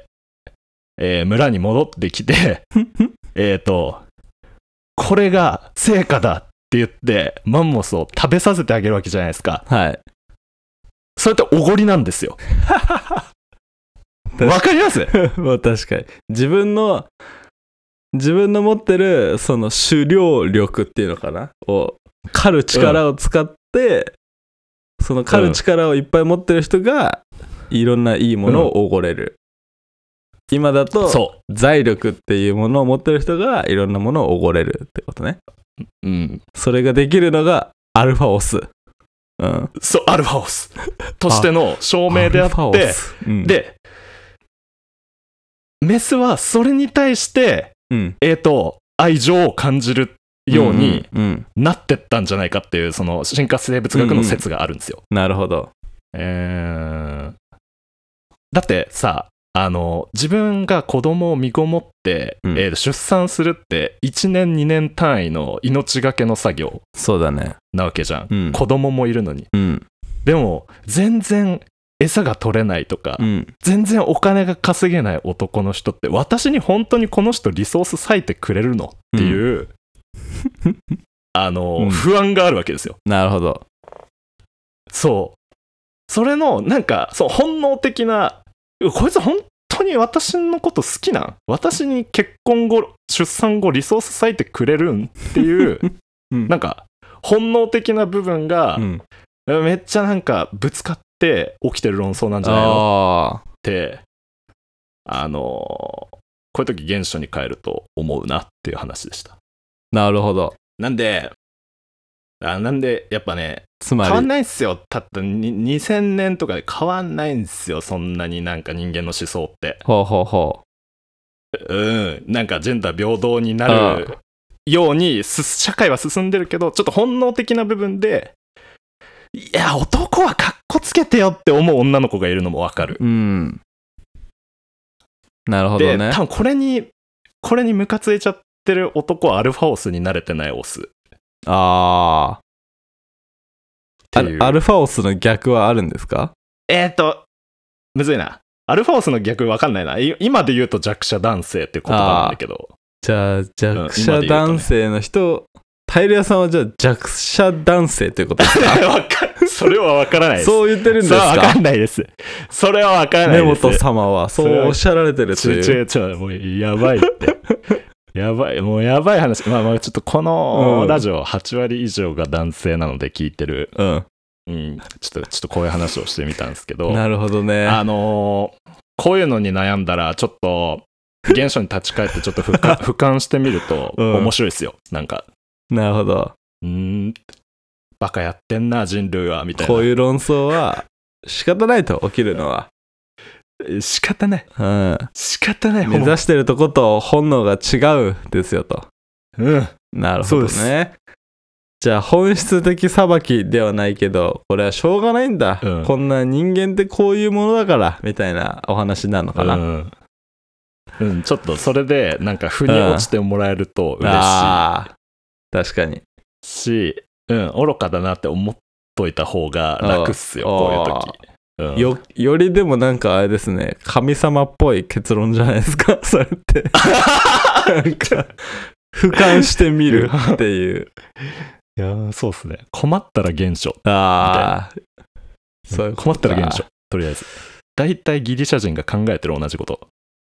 えー、村に戻ってきてえっとこれが成果だって言ってマンモスを食べさせてあげるわけじゃないですか。 はい。 それっておごりなんですよ。わかります？ まあ確かに自分の自分の持ってるその狩猟力っていうのかなを狩る力を使って、うん、その狩る力をいっぱい持ってる人がいろんないいものをおごれる、うん、今だと財力っていうものを持ってる人がいろんなものをおごれるってことね。 うん、 それができるのがアルファオス。 うん、 そうアルファオスとしての証明であって、うん、でメスはそれに対して、うん、えーと愛情を感じるようになってったんじゃないかっていうその進化生物学の説があるんですよ、 うんうん、なるほど、 えー、だってさあの自分が子供を身ごもって、うんえー、出産するっていちねんにねん単位の命がけの作業そうだねなわけじゃん、 うん、 子供もいるのに、 うん、 でも全然餌が取れないとか、うん、全然お金が稼げない男の人って私に本当にこの人リソース割いてくれるのっていう、うん、あの、うん、不安があるわけですよ。 なるほど。 そうそれのなんかそう本能的なこいつ本当に私のこと好きなん私に結婚後出産後リソース割いてくれるんっていう、うん、なんか本能的な部分が、うん、めっちゃなんかぶつかって起きてる論争なんじゃないのってあのこういう時原初に帰ると思うなっていう話でした。 なるほど。 なんであなんでやっぱねつまり変わんないっすよ。たったにせんねんとかで変わんないんですよ。そんなになんか人間の思想って。 ほうほうほう。うんなんかジェンダー平等になるように社会は進んでるけどちょっと本能的な部分でいや男はカッコつけてよって思う女の子がいるのもわかる。 うんなるほどね。 で多分これにこれにムカついちゃってる男はアルファオスに慣れてないオス。 あーアル、アルファオスの逆はあるんですか？ えーっとむずいな。アルファオスの逆わかんないな。今で言うと弱者男性っていう言葉なんだけど。 じゃあ弱者男性の人、タイル屋さんはじゃあ弱者男性っていうことですか？ それはわからないです。 そう言ってるんですか？ わかんないです。それはわからないです。 根本様はそうおっしゃられてるっていう。 違う違うもうやばいって。やばいもうやばい話。まあまあちょっとこのラジオはち割以上が男性なので聞いてる、 うんうん、ちょっとちょっとこういう話をしてみたんですけど。 なるほどね。 あのー、こういうのに悩んだらちょっと原初に立ち返ってちょっと俯瞰俯瞰してみると面白いですよ、うん、なんか。 なるほど。 うーんバカやってんな人類はみたいな。 こういう論争は仕方ないと起きるのは仕方ない、 うん、 仕方ない。 目指してるとこと本能が違うですよと。 うんなるほどね。じゃあ本質的裁きではないけどこれはしょうがないんだ、うん、こんな人間ってこういうものだからみたいなお話なのかな。うんうん、ちょっとそれでなんか腑に落ちてもらえると嬉しい、うん、 あ確かにし、うん、愚かだなって思っといた方が楽っすよこういう時、うん、 よ, よりでもなんかあれですね神様っぽい結論じゃないですかそれってなんか俯瞰してみるっていういやそうっすね。困ったら原初ああそういう困ったら原初とりあえずだいたいギリシャ人が考えてる同じこと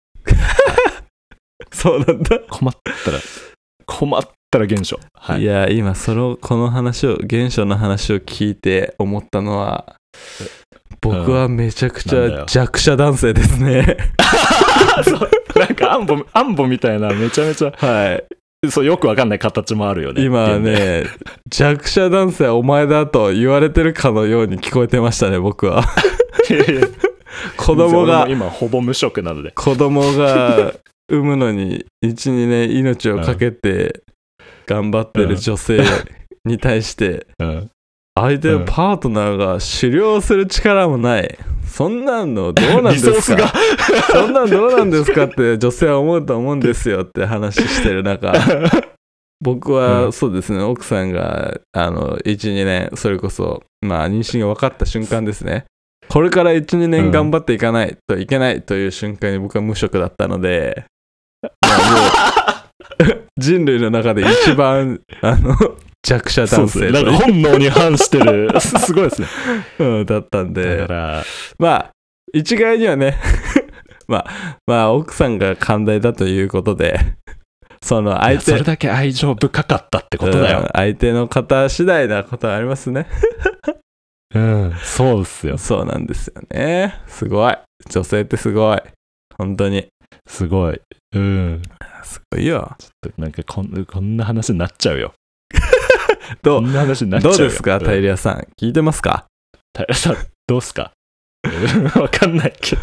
そうなんだ。 困ったら困ったら原初、 はい、いや今そのこの話を原初の話を聞いて思ったのは僕はめちゃくちゃ弱者男性ですね、 うん、そうなんかアンボアンボみたいなめちゃめちゃはいそうよくわかんない形もあるよね。 今ね弱者男性はお前だと言われてるかのように聞こえてましたね僕は。子供が今ほぼ無職なので子供が産むのに いちにねん命をかけて頑張ってる女性に対して相手のパートナーが狩猟する力もないそんなんのどうなんですかそんなんどうなんですかって女性は思うと思うんですよって話してる中僕はそうですね奥さんがあの いちにねんそれこそまあ妊娠が分かった瞬間ですねこれから いちにねん頑張っていかないといけないという瞬間に僕は無職だったので、まあ、もう人類の中で一番あの弱者男性なんか本能に反してるすごいですね、 うん、だったんでだからまあ一概にはねまあまあ奥さんが寛大だということでその相手それだけ愛情深かったってことだよ、うん、 相手の方次第なことはありますねうん、そうですよ。 そうなんですよね。すごい。女性ってすごい。本当に。 すごい。うん。 すごいよ。 ちょっとなんかこん、こんな話になっちゃうよ。 どうこんな話になっちゃうよ。 どうですか、タイリアさん。聞いてますか？ タイリアさん、どうすか？わかんないけど。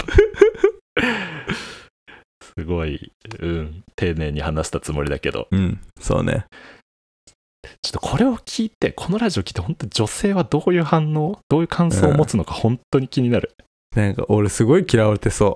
すごい、うん、丁寧に話したつもりだけど。 うん、そうね。 ちょっとこれを聞いて、このラジオ聞いて、本当に女性はどういう反応、どういう感想を持つのか、本当に気になる。 うん、なんか俺すごい嫌われてそう。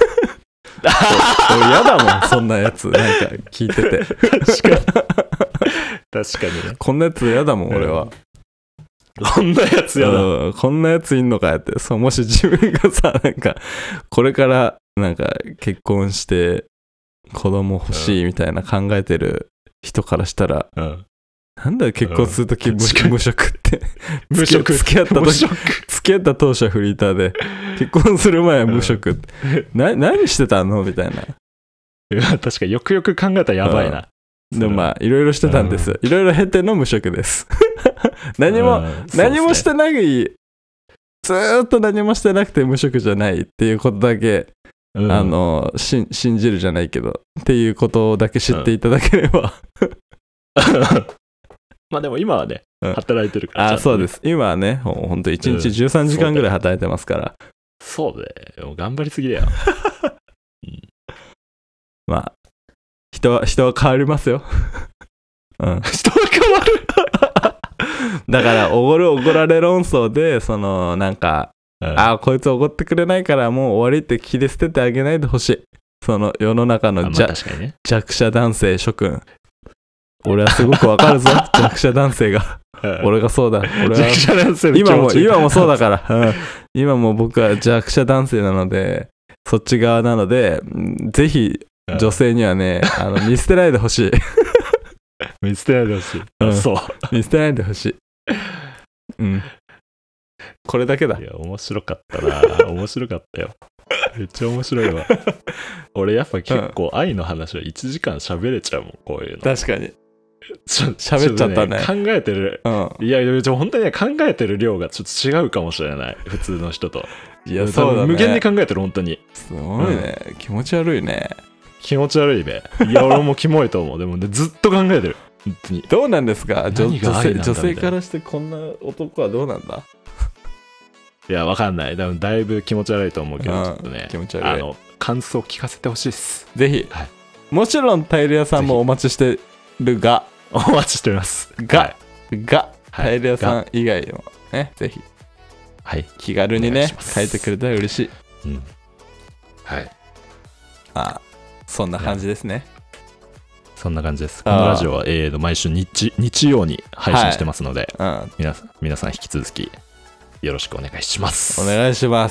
俺嫌だもん、そんなやつ。なんか聞いてて。 確かに。確かにね。 こんなやつ嫌だもん、俺は。 こんなやつ嫌だ、 うん。こんなやついんのかやって。そう、もし自分がさ、なんか、これからなんか結婚して子供欲しいみたいな考えてる人からしたら、うん、なんだよ結婚するとき、うん、無職って無職付き合った時付き合った当初はフリーターで結婚する前は無職って、うん、な何してたのみたいな。 いや確かによくよく考えたらやばいな、 うん、でもまあいろいろしてたんですよ。いろいろ経ての無職です何も、うん、何もしてない、ずーっと何もしてなくて無職じゃないっていうことだけ、うん、あのし信じるじゃないけどっていうことだけ知っていただければ、うんまあでも今はね、うん、働いてるから。 あ、そうです。今はね、ほんといちにちじゅうさんじかんぐらい働いてますから。 そうだよ。頑張りすぎだよ。うん、 まあ、人は、人は変わりますよ。うん、 人は変わるだから、おごるおごられ論争で、その、なんか、うん、あ、こいつおごってくれないからもう終わりって切り捨ててあげないでほしい。その世の中の、じゃ、 まあ確かにね、 弱者男性諸君。俺はすごくわかるぞ弱者男性が俺がそうだ俺は弱者男性の今も今もそうだから、うん、今も僕は弱者男性なのでそっち側なのでぜひ女性にはね、うん、あの見捨てないでほしい見捨てないでほしい、うん、そう見捨てないでほしい、うん、これだけだ。 いや面白かったな面白かったよめっちゃ面白いわ俺やっぱ結構愛の話はいちじかん喋れちゃうもんこういうの。 確かに喋っちゃったね。 考えてる、うん、いやいや本当にね考えてる量がちょっと違うかもしれない普通の人と。 いやそうだね、 無限に考えてる本当に。 すごいね、うん、気持ち悪いね。 気持ち悪いべ。いや俺もキモいと思う。でもねずっと考えてる本当に。 どうなんですか 女, 女, 性女性からしてこんな男はどうなんだ。 いやわかんない。だだいぶ気持ち悪いと思うけど、うん、ちょっとね気持ち悪い。 あの感想聞かせてほしいです。 ぜひ、はい、もちろんタイル屋さんもお待ちしてるがお待ちしておりますが、はい、が、はい、タイル屋さん以外もねぜひ、 はい、 気軽にね書いてくれたら嬉しい、 うん、はいあそんな感じですね。 そんな感じです。このラジオは、えー、毎週 日, 日曜に配信してますので、はい、うん、皆さん皆さん引き続きよろしくお願いします。 お願いします。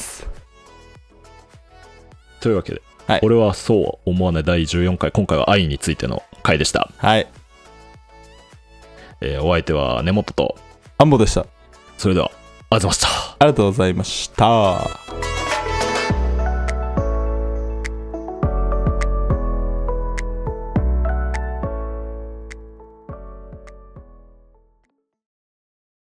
というわけで、はい、俺はそうは思わないだいじゅうよんかい、今回は愛についての回でした。 はい、 えー、お相手は根本とアンボでした。 それではありがとうございました。 ありがとうございました。